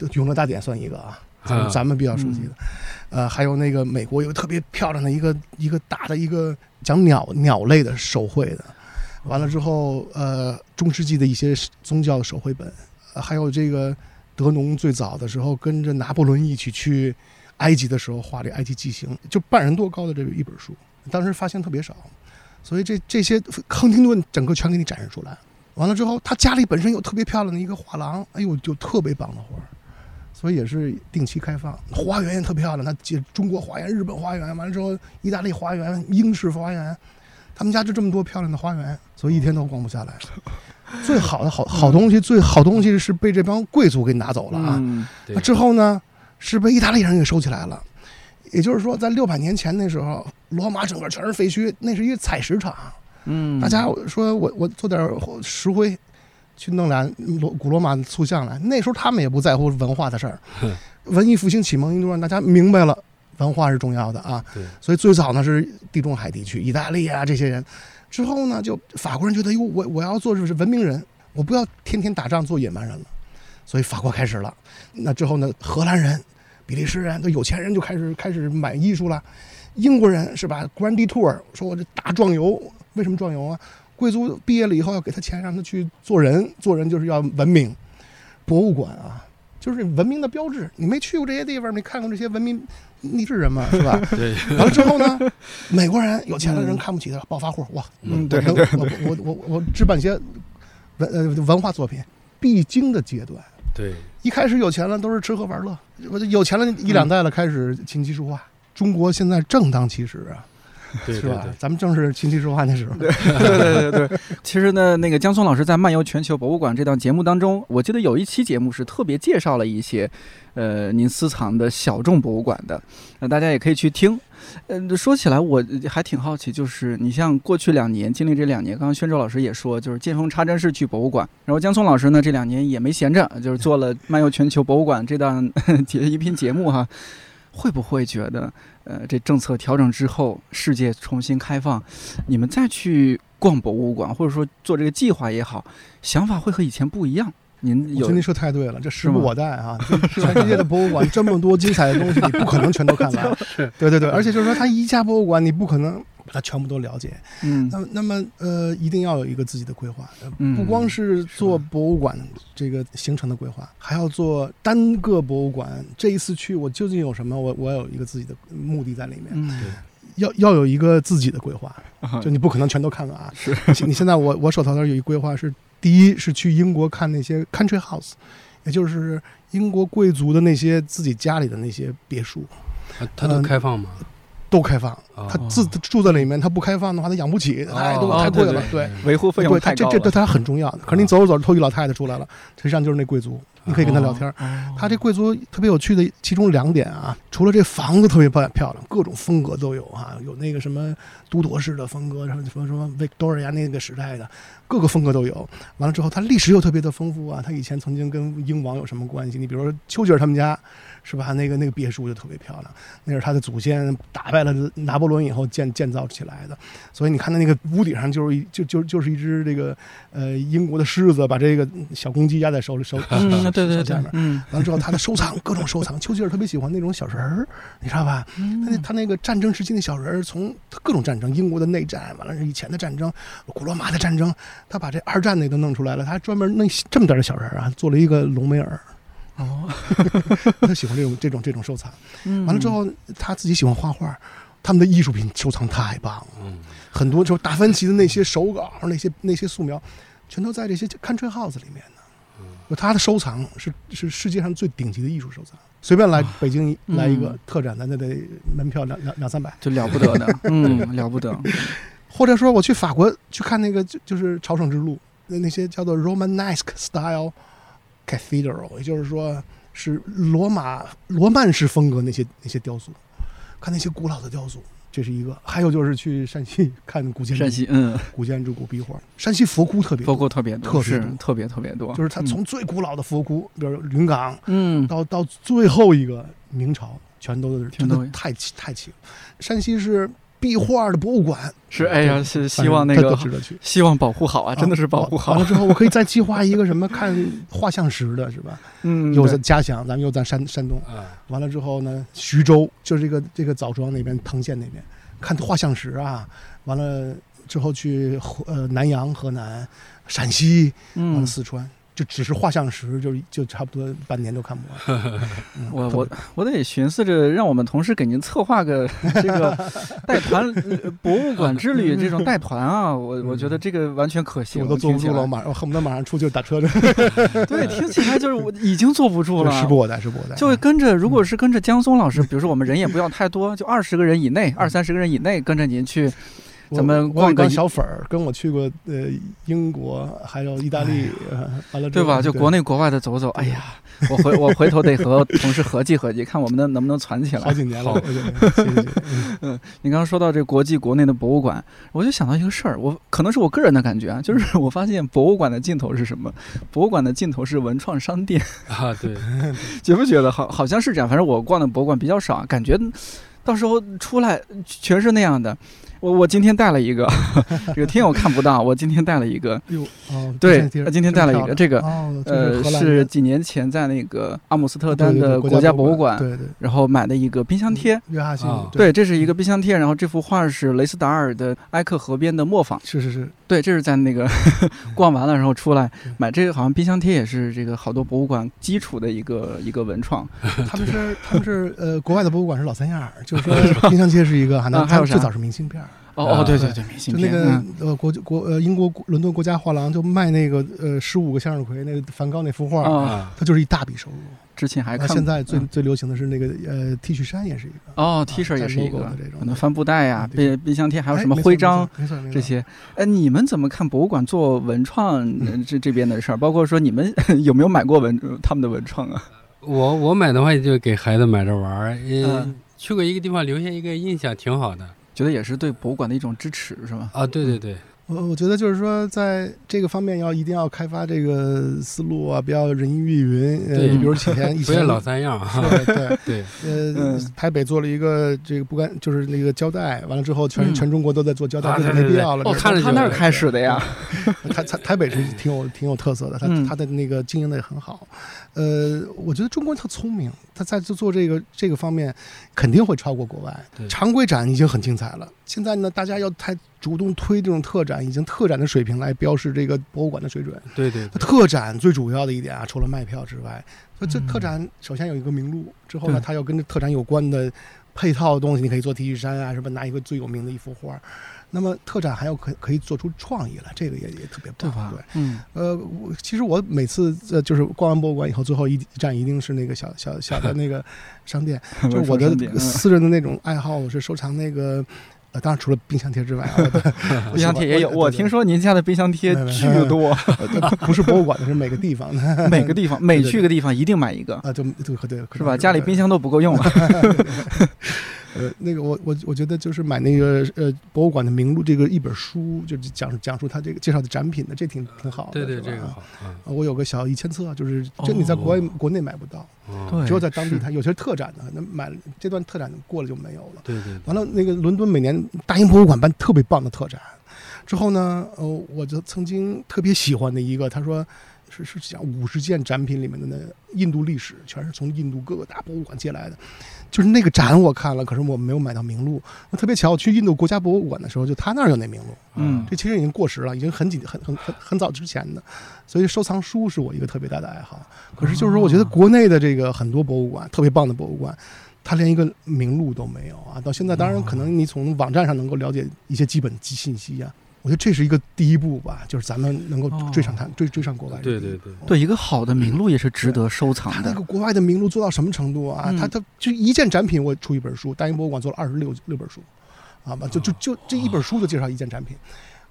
Speaker 3: 永乐大典算一个啊，咱们咱们比较熟悉的，嗯、呃，还有那个美国有个特别漂亮的一个一个大的一个讲鸟鸟类的手绘的，完了之后，呃，中世纪的一些宗教的手绘本，呃、还有这个德农最早的时候跟着拿破仑一起去埃及的时候画这埃及纪行，就半人多高的这一本书，当时发现特别少，所以这这些亨廷顿整个全给你展示出来。完了之后，他家里本身有特别漂亮的一个画廊，哎呦，就特别棒的画，所以也是定期开放。花园也特漂亮，他接中国花园、日本花园，完了之后意大利花园、英式花园，他们家就这么多漂亮的花园，所以一天都逛不下来。最好的好好东西，最好东西是被这帮贵族给拿走了啊！
Speaker 2: 嗯、
Speaker 3: 那之后呢，是被意大利人给收起来了。也就是说，在六百年前那时候，罗马整个全是废墟，那是一个采石场。嗯，大家说我我做点石灰，去弄俩罗古罗马塑像来。那时候他们也不在乎文化的事儿。文艺复兴启蒙一路让大家明白了文化是重要的啊。对，所以最早呢是地中海地区，意大利啊这些人。之后呢，就法国人觉得，哟，我我要做是文明人，我不要天天打仗做野蛮人了。所以法国开始了。那之后呢，荷兰人、比利时人都有钱人就开始开始买艺术了。英国人是吧 ？Grand Tour 说我这大壮游。为什么壮游啊？贵族毕业了以后要给他钱，让他去做人，做人就是要文明。博物馆啊，就是文明的标志。你没去过这些地方，没看过这些文明，你是人吗？是吧？
Speaker 2: 对。
Speaker 3: 完了之后呢，美国人有钱的人看不起他，暴发户，哇，
Speaker 1: 嗯，对对对，
Speaker 3: 我我我我我置办些文呃文化作品，必经的阶段。
Speaker 2: 对。
Speaker 3: 一开始有钱了都是吃喝玩乐，有钱了一两代了开始琴棋书画。中国现在正当其时啊。
Speaker 2: 对对对，
Speaker 3: 是吧？咱们正是琴棋书画那时候。
Speaker 1: 对对对对。其实呢，那个江松老师在《漫游全球博物馆》这档节目当中，我记得有一期节目是特别介绍了一些，呃，您私藏的小众博物馆的，那大家也可以去听。呃，说起来我还挺好奇，就是你像过去两年经历这两年，刚刚宣州老师也说，就是见缝插针式去博物馆，然后江松老师呢这两年也没闲着，就是做了《漫游全球博物馆》这档节音频节目哈。会不会觉得，呃，这政策调整之后，世界重新开放，你们再去逛博物馆，或者说做这个计划也好，想法会和以前不一样？您有？
Speaker 3: 我觉得您说太对了，这时不我待啊！全世界的博物馆这么多精彩的东西，你不可能全都看完。对对对，而且就是说，它一家博物馆，你不可能把它全部都了解。嗯，那那么呃，一定要有一个自己的规划，嗯、不光是做博物馆这个行程的规划，还要做单个博物馆。这一次去，我究竟有什么？我我有一个自己的目的在里面。嗯，对。要要有一个自己的规划，就你不可能全都看完啊。是，你现在我我手头上有一规划是。第一是去英国看那些 country house， 也就是英国贵族的那些自己家里的那些别墅。
Speaker 2: 它都开放吗？
Speaker 3: 嗯、都开放。哦、他自他住在里面，他不开放的话，他养不起，太多、哦、太贵了。
Speaker 1: 对, 对,
Speaker 3: 对，
Speaker 1: 维护费用太高了。
Speaker 3: 这这对他很重要的。可是你走着走着，头一老太太出来了，实际上就是那贵族。你可以跟他聊天。哦、他这贵族特别有趣的其中两点啊，除了这房子特别漂亮，各种风格都有啊，有那个什么都铎式的风格，什么什么什么 Victoria 那个时代的，各个风格都有。完了之后，他历史又特别的丰富啊，他以前曾经跟英王有什么关系？你比如说丘吉尔他们家，是吧？那个那个别墅就特别漂亮，那是他的祖先打败了拿破仑以后建建造起来的。所以你看他那个屋顶上就是一就就就是一只这个呃英国的狮子，把这个小公鸡压在手里手。
Speaker 1: 嗯对对对，
Speaker 3: 嗯，完了之后他的收藏各种收藏，丘吉尔特别喜欢那种小人儿，你知道吧？嗯、他那他那个战争时期的小人儿，从各种战争，英国的内战，完了以前的战争，古罗马的战争，他把这二战那都弄出来了，他还专门弄这么点的小人啊，做了一个隆美尔。哦，他喜欢这种这种这种收藏。完了之后，他自己喜欢画画，他们的艺术品收藏太棒了。嗯，很多时候达芬奇的那些手稿，那些那些素描，全都在这些 country house 里面呢。他的收藏是是世界上最顶级的艺术收藏，随便来北京来一个特展的，那得门票两两两三百，
Speaker 1: 就了不得的，嗯，了不得。
Speaker 3: 或者说我去法国去看那个就就是朝圣之路，那那些叫做 Romanesque style cathedral， 也就是说是罗马罗曼式风格那些那些雕塑，看那些古老的雕塑。这是一个，还有就是去山西看古建筑，
Speaker 1: 山西嗯，
Speaker 3: 古建筑、古壁画，山西佛窟特别多，
Speaker 1: 佛窟特别多，
Speaker 3: 特别
Speaker 1: 多特别特别多，
Speaker 3: 就是它从最古老的佛窟，比如云冈，嗯，到到最后一个明朝，全都是真的太齐太齐了。山西是壁画的博物馆。
Speaker 1: 是，哎呀，是希望那个希望保护好啊，真的是保护好。
Speaker 3: 完了之后，我可以再计划一个什么看画像石的，是吧？
Speaker 1: 嗯，
Speaker 3: 又在家乡，咱们又在山山东。完了之后呢，徐州就是这个这个枣庄那边，藤县那边看画像石啊。完了之后去呃南阳、河南、陕西，完了四川。就只是画像石，就就差不多半年都看不完。
Speaker 1: 嗯、我我我得寻思着让我们同事给您策划个这个带团博物馆之旅这种带团啊，我我觉得这个完全可行。
Speaker 3: 我都坐不住了，我马上恨不得马上出去打车去。
Speaker 1: 对，听起来就是我已经坐不住了。
Speaker 3: 时不我待，时不我待。
Speaker 1: 就跟着，如果是跟着江松老师，比如说我们人也不要太多，就二十个人以内，二三十个人以内，跟着您去。咱们逛个
Speaker 3: 小粉儿，跟我去过呃英国，还有意大利，呃、完了
Speaker 1: 对吧？就国内国外的走走。哎呀，我回我回头得和同事合计合计，看我们能能不能攒起来。
Speaker 3: 好几年了，谢谢。
Speaker 1: 嗯，你刚刚说到这国际国内的博物馆，我就想到一个事儿，我可能是我个人的感觉啊，就是我发现博物馆的尽头是什么？博物馆的尽头是文创商店
Speaker 2: 啊，对，
Speaker 1: 觉不觉得好？好像是这样，反正我逛的博物馆比较少，感觉到时候出来全是那样的。我我今天带了一个，这个听友看不到，我今天带了一个，
Speaker 3: 哦，
Speaker 1: 对，今天带了一个，这个，
Speaker 3: 哦、
Speaker 1: 呃，是几年前在那个阿姆斯特丹的国家博物馆，
Speaker 3: 对对，
Speaker 1: 然后买的一个冰箱贴，
Speaker 3: 约翰逊，
Speaker 1: 对，这是一个冰箱贴，然后这幅画是雷斯达尔的埃克河边的磨坊，
Speaker 3: 是是是，
Speaker 1: 对，这是在那个逛完了然后出来买这个，好像冰箱贴也是这个好多博物馆基础的一个一个文创，
Speaker 3: 他们是他们是呃国外的博物馆是老三样，就是说冰箱贴是一个，那还有最早是明信片。
Speaker 1: 哦哦，对对对，明信片。
Speaker 3: 就那个呃国国呃英国伦敦国家画廊就卖那个呃十五个向日葵那个梵高那幅画，
Speaker 1: 哦、
Speaker 3: 它就是一大笔收入。
Speaker 1: 之前还看，
Speaker 3: 现在最、嗯、最流行的是那个呃 T 恤衫也是一个。
Speaker 1: 哦 ，T 恤也是一个，
Speaker 3: 这种
Speaker 1: 可能帆布袋呀、冰冰箱贴，还有什么徽章这些。哎，你们怎么看博物馆做文创这这边的事儿？包括说你们有没有买过文他们的文创啊？
Speaker 2: 我我买的话就给孩子买着玩儿，嗯，去过一个地方留下一个印象挺好的。
Speaker 1: 觉得也是对博物馆的一种支持，是吧？
Speaker 2: 啊，对对对，
Speaker 3: 我我觉得就是说，在这个方面要一定要开发这个思路啊，不要人云亦云。
Speaker 2: 对，
Speaker 3: 比如以前以前
Speaker 2: 不要老三样啊。
Speaker 3: 对对
Speaker 2: 对，
Speaker 3: 呃、嗯，台北做了一个这个不干，就是那个胶带，完了之后全、嗯、全中国都在做胶带，这、啊、没必要了。
Speaker 1: 我、哦、看着他那儿开始的呀。
Speaker 3: 台台台北是挺有挺有特色的，他、嗯、他的那个经营的也很好。呃，我觉得中国人特聪明，他在做这个这个方面肯定会超过国外。常规展已经很精彩了，现在呢，大家要太主动推这种特展，已经特展的水平来标示这个博物馆的水准。
Speaker 2: 对对对，
Speaker 3: 特展最主要的一点啊，除了卖票之外，所以这特展首先有一个名录，之后呢，它要跟这特展有关的配套的东西，你可以做 T 恤衫啊，什么拿一个最有名的一幅画。那么特展还要可可以做出创意来，这个也也特别棒，
Speaker 1: 对吧？
Speaker 3: 对，嗯，呃，我其实我每次呃就是逛完博物馆以后，最后一站一定是那个小小小的那个商店，就我的私人的那种爱好，我是收藏那个。呃，当然除了冰箱贴之外啊，
Speaker 1: 冰箱贴也有。我听说您家的冰箱贴巨多，
Speaker 3: 不是博物馆的，是每个地方的。
Speaker 1: 每个地方，每去个地方一定买一个
Speaker 3: 啊，就对对，
Speaker 1: 是吧？家里冰箱都不够用了。
Speaker 3: 呃，那个我我我觉得就是买那个呃博物馆的名录这个一本书，就讲讲述他这个介绍的展品的，这挺挺好的。
Speaker 2: 对对，这个好。
Speaker 3: 嗯、我有个小一千册，就是真你在国外、哦、国内买不到，
Speaker 1: 对，
Speaker 3: 只有在当地它有些特展的，那买这段特展过了就没有了。
Speaker 2: 对 对, 对。
Speaker 3: 完了，那个伦敦每年大英博物馆办特别棒的特展，之后呢，呃，我就曾经特别喜欢的一个，他说。是是讲五十件展品里面的那印度历史，全是从印度各个大博物馆借来的。就是那个展我看了，可是我没有买到名录。那特别巧，我去印度国家博物馆的时候，就他那儿有那名录。
Speaker 1: 嗯，
Speaker 3: 这其实已经过时了，已经很几很很很很早之前的。所以收藏书是我一个特别大的爱好。可是就是说，我觉得国内的这个很多博物馆，特别棒的博物馆，它连一个名录都没有啊。到现在，当然可能你从网站上能够了解一些基本信息啊。我觉得这是一个第一步吧，就是咱们能够追上它，哦、追追上国外。
Speaker 2: 对对对，
Speaker 1: 对一个好的名录也是值得收藏的。
Speaker 3: 他那个国外的名录做到什么程度啊？嗯、他他就一件展品，我出一本书，大英博物馆做了二十六六本书，啊吧，就就就这一本书就介绍一件展品。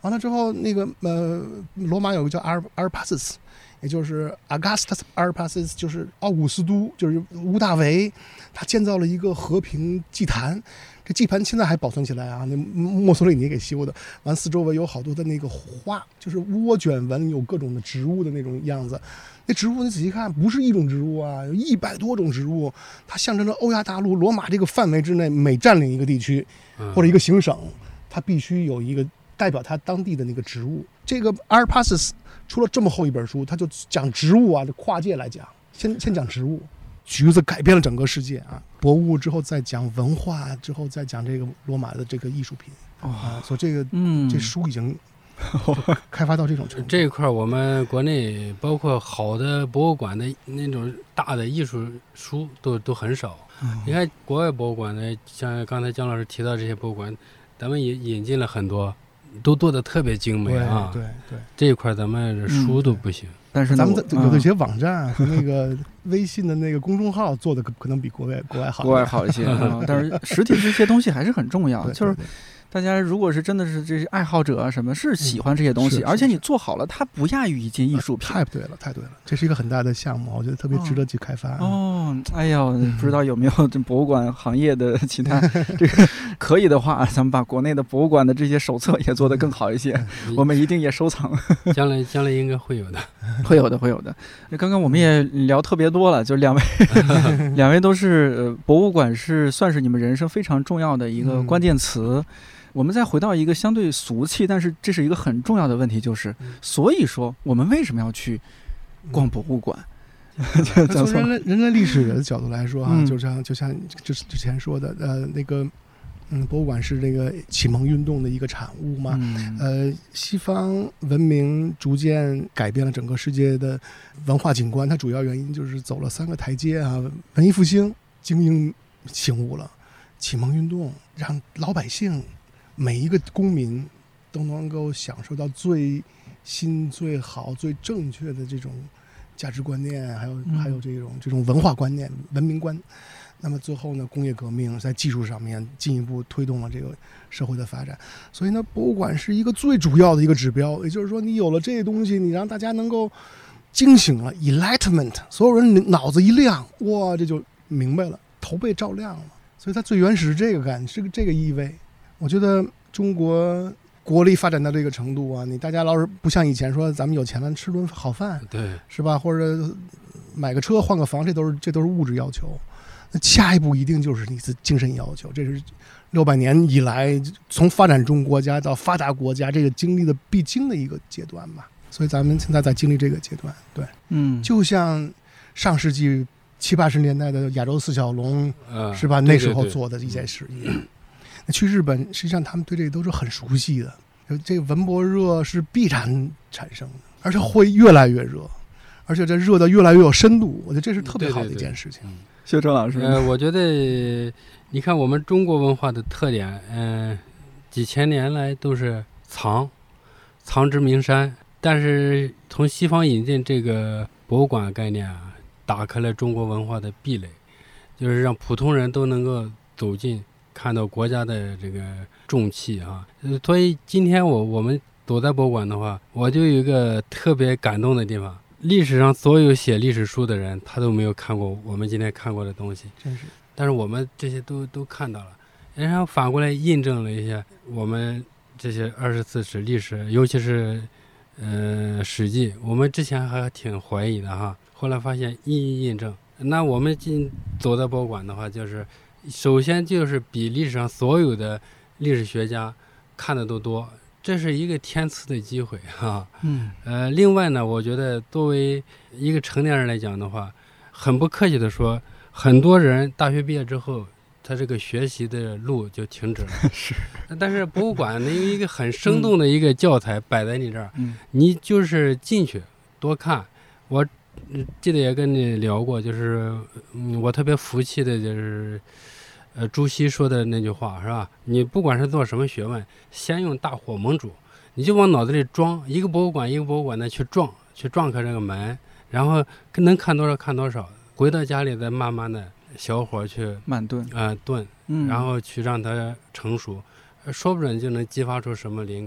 Speaker 3: 完了之后，那个呃，罗马有个叫阿尔阿尔帕斯斯，也就是 Augustus 阿尔帕斯斯，就是奥古斯都，就是屋大维，他建造了一个和平祭坛。这祭坛现在还保存起来啊，那墨索里尼给修的。完，四周围有好多的那个花，就是涡卷纹，有各种的植物的那种样子。那植物你仔细看，不是一种植物啊，有一百多种植物，它象征着欧亚大陆罗马这个范围之内，每占领一个地区或者一个行省，它必须有一个代表它当地的那个植物。这个阿尔帕斯斯出了这么厚一本书，他就讲植物啊，跨界来讲，先先讲植物。橘子改变了整个世界啊！博物之后再讲文化，之后再讲这个罗马的这个艺术品、哦、啊，所以这个嗯，这书已经开发到这种程度。
Speaker 2: 这一块我们国内包括好的博物馆的那种大的艺术书都都很少。嗯、你看国外博物馆呢，像刚才姜老师提到这些博物馆，咱们也引进了很多，都做的特别精美啊。
Speaker 3: 对 对, 对，
Speaker 2: 这一块咱们书都不行。嗯，
Speaker 1: 但是
Speaker 3: 咱们有的一些网站和那个微信的那个公众号做的可能比国外国外好，
Speaker 1: 国外好一些、啊。但是实体这些东西还是很重要，就是大家如果是真的是这些爱好者啊，什么是喜欢这些东西，嗯、而且你做好了，它不亚于一件艺术品。
Speaker 3: 太对了，太对了，这是一个很大的项目，我觉得特别值得去开发。
Speaker 1: 哦，哦哎呀，不知道有没有这博物馆行业的其他这个可以的话，咱们把国内的博物馆的这些手册也做得更好一些，嗯、我们一定也收藏。
Speaker 2: 将来将来应该会有的。
Speaker 1: 会有的，会有的。刚刚我们也聊特别多了，就两位，两位都是、呃、博物馆是算是你们人生非常重要的一个关键词。嗯、我们再回到一个相对俗气，但是这是一个很重要的问题，就是，嗯、所以说我们为什么要去逛博物馆？
Speaker 3: 嗯、从人类人类历史的角度来说啊，嗯、就像就像之之前说的，呃，那个。嗯，博物馆是这个启蒙运动的一个产物嘛，嗯、呃，西方文明逐渐改变了整个世界的文化景观，它主要原因就是走了三个台阶啊，文艺复兴、精英醒悟了，启蒙运动让老百姓每一个公民都能够享受到最新、最好、最正确的这种价值观念，还有、嗯、还有这种这种文化观念、文明观。那么最后呢，工业革命在技术上面进一步推动了这个社会的发展，所以呢，博物馆是一个最主要的一个指标。也就是说，你有了这些东西，你让大家能够惊醒了 ，enlightenment， 所有人脑子一亮，哇，这就明白了，头被照亮了。所以它最原始是这个感，这个这个意味。我觉得中国国力发展到这个程度啊，你大家老是不像以前说咱们有钱了吃顿好饭，
Speaker 2: 对，
Speaker 3: 是吧？或者买个车换个房，这都是这都是物质要求。那下一步一定就是你的精神要求，这是六百年以来从发展中国家到发达国家这个经历的必经的一个阶段吧。所以咱们现在在经历这个阶段，对，嗯，就像上世纪七八十年代的亚洲四小龙，呃、是吧？
Speaker 2: 对对对，
Speaker 3: 那时候做的一件事一样。那去日本，实际上他们对这个都是很熟悉的，这个文博热是必然产生的，而且会越来越热，而且这热的越来越有深度，我觉得这是特别好的一件事情。
Speaker 2: 对对对，嗯，
Speaker 1: 修正老师，
Speaker 2: 呃，我觉得你看我们中国文化的特点，嗯、呃，几千年来都是藏，藏之名山。但是从西方引进这个博物馆概念啊，打开了中国文化的壁垒，就是让普通人都能够走进，看到国家的这个重器啊。所以今天我我们走在博物馆的话，我就有一个特别感动的地方。历史上所有写历史书的人，他都没有看过我们今天看过的东西，
Speaker 3: 真是。
Speaker 2: 但是我们这些都都看到了，然后反过来印证了一下我们这些二十四史历史，尤其是呃史记，我们之前还挺怀疑的哈，后来发现一一印证。那我们进走到博物馆的话，就是首先就是比历史上所有的历史学家看的都多。这是一个天赐的机会哈，嗯，呃，另外呢，我觉得作为一个成年人来讲的话，很不客气的说，很多人大学毕业之后，他这个学习的路就停止了。
Speaker 1: 是，
Speaker 2: 但是博物馆呢，有一个很生动的一个教材摆在你这儿，嗯，你就是进去多看。我记得也跟你聊过，就是、嗯、我特别服气的就是。呃，朱熹说的那句话是吧？你不管是做什么学问，先用大火猛煮，你就往脑子里装，一个博物馆一个博物馆的去撞，去撞开这个门，然后能看多少看多少，回到家里再慢慢的小火去
Speaker 1: 慢炖
Speaker 2: 啊、呃、炖，然后去让它成熟，说不准就能激发出什么灵感来。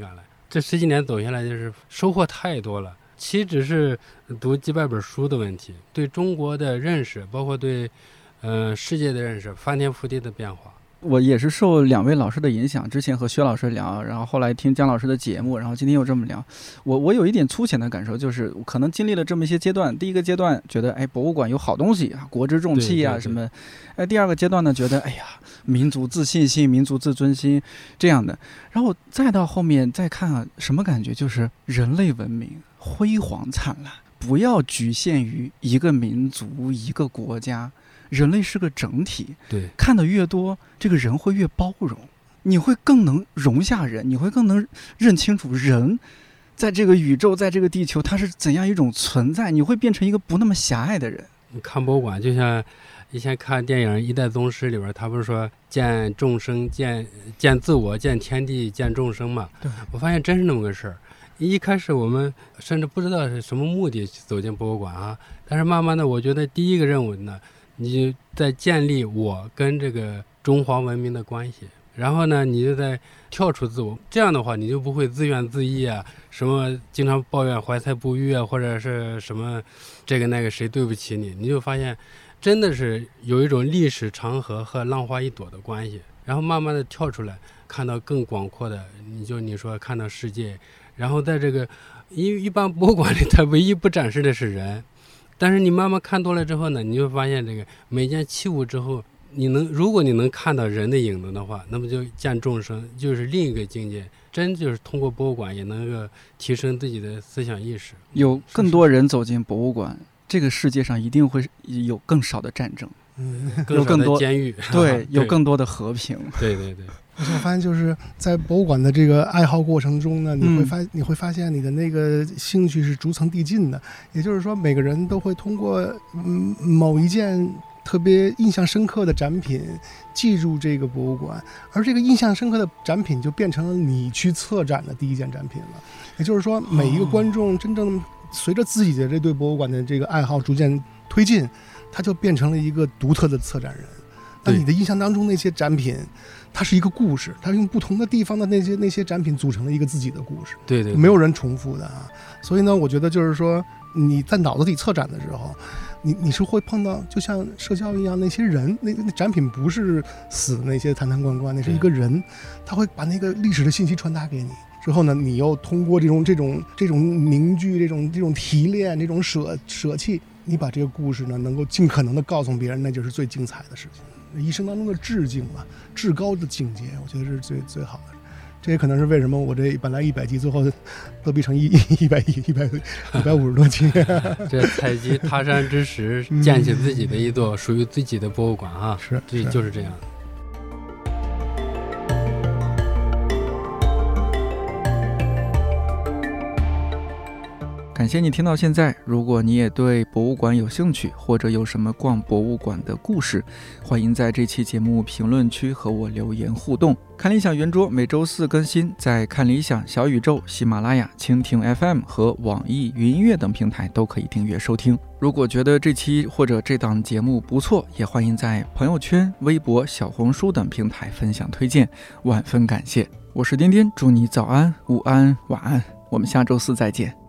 Speaker 2: 这十几年走下来，就是收获太多了。岂止是读几百本书的问题，对中国的认识，包括对呃世界的认识，翻天覆地的变化。
Speaker 1: 我也是受两位老师的影响，之前和薛老师聊，然后后来听姜老师的节目，然后今天又这么聊。我我有一点粗浅的感受，就是可能经历了这么一些阶段。第一个阶段觉得，哎，博物馆有好东西啊，国之重器啊什么。哎，第二个阶段呢，觉得，哎呀，民族自信心、民族自尊心这样的。然后再到后面再看啊，什么感觉？就是人类文明辉煌灿烂，不要局限于一个民族、一个国家。人类是个整体，
Speaker 2: 对，
Speaker 1: 看得越多，这个人会越包容，你会更能容下人，你会更能认清楚人在这个宇宙，在这个地球，它是怎样一种存在，你会变成一个不那么狭隘的人。
Speaker 2: 你看博物馆，就像以前看电影《一代宗师》里边，他不是说见众生、见见自我、见天地、见众生嘛？
Speaker 1: 对，
Speaker 2: 我发现真是那么个事儿。一开始我们甚至不知道是什么目的走进博物馆啊，但是慢慢的，我觉得第一个任务呢，你在建立我跟这个中华文明的关系，然后呢，你就在跳出自我，这样的话，你就不会自怨自艾啊，什么经常抱怨怀才不遇啊，或者是什么这个那个谁对不起你，你就发现真的是有一种历史长河和浪花一朵的关系，然后慢慢的跳出来，看到更广阔的，你就你说看到世界，然后在这个一一般博物馆里，它唯一不展示的是人。但是你慢慢看多了之后呢，你就发现这个每件器物之后，你能如果你能看到人的影子的话，那么就见众生，就是另一个境界。真就是通过博物馆也能够提升自己的思想意识。
Speaker 1: 有更多人走进博物馆，这个世界上一定会有更少的战争，
Speaker 2: 嗯，有更多监狱，
Speaker 1: 对，有更多的和平。
Speaker 2: 对对对。
Speaker 3: 我发现就是在博物馆的这个爱好过程中呢，你会发、嗯、你会发现你的那个兴趣是逐层递进的，也就是说每个人都会通过嗯某一件特别印象深刻的展品记住这个博物馆，而这个印象深刻的展品就变成了你去策展的第一件展品了。也就是说每一个观众真正随着自己的这对博物馆的这个爱好逐渐推进，他就变成了一个独特的策展人。那你的印象当中那些展品，它是一个故事，它用不同的地方的那些那些展品组成了一个自己的故事，
Speaker 2: 对 对, 对，
Speaker 3: 没有人重复的啊。所以呢，我觉得就是说你在脑子里策展的时候，你你是会碰到就像社交一样那些人，那那展品不是死的那些坛坛罐罐，那是一个人，他会把那个历史的信息传达给你。之后呢，你又通过这种这种这种凝聚、这种这种提炼、这种舍舍弃，你把这个故事呢能够尽可能的告诉别人，那就是最精彩的事情。一生当中的致敬吧，至高的境界，我觉得是最最好的。这也可能是为什么我这本来一百集，最后都逼成一一百一一百一百五十多集。
Speaker 2: 这采集他山之石，建起自己的一座属于自己的博物馆啊！
Speaker 3: 是，
Speaker 2: 这就是这样。
Speaker 1: 感谢你听到现在，如果你也对博物馆有兴趣，或者有什么逛博物馆的故事，欢迎在这期节目评论区和我留言互动。看理想圆桌每周四更新，在看理想、小宇宙、喜马拉雅、蜻蜓 F M 和网易云音乐等平台都可以订阅收听。如果觉得这期或者这档节目不错，也欢迎在朋友圈、微博、小红书等平台分享推荐，万分感谢。我是颠颠，祝你早安、午安、晚安，我们下周四再见。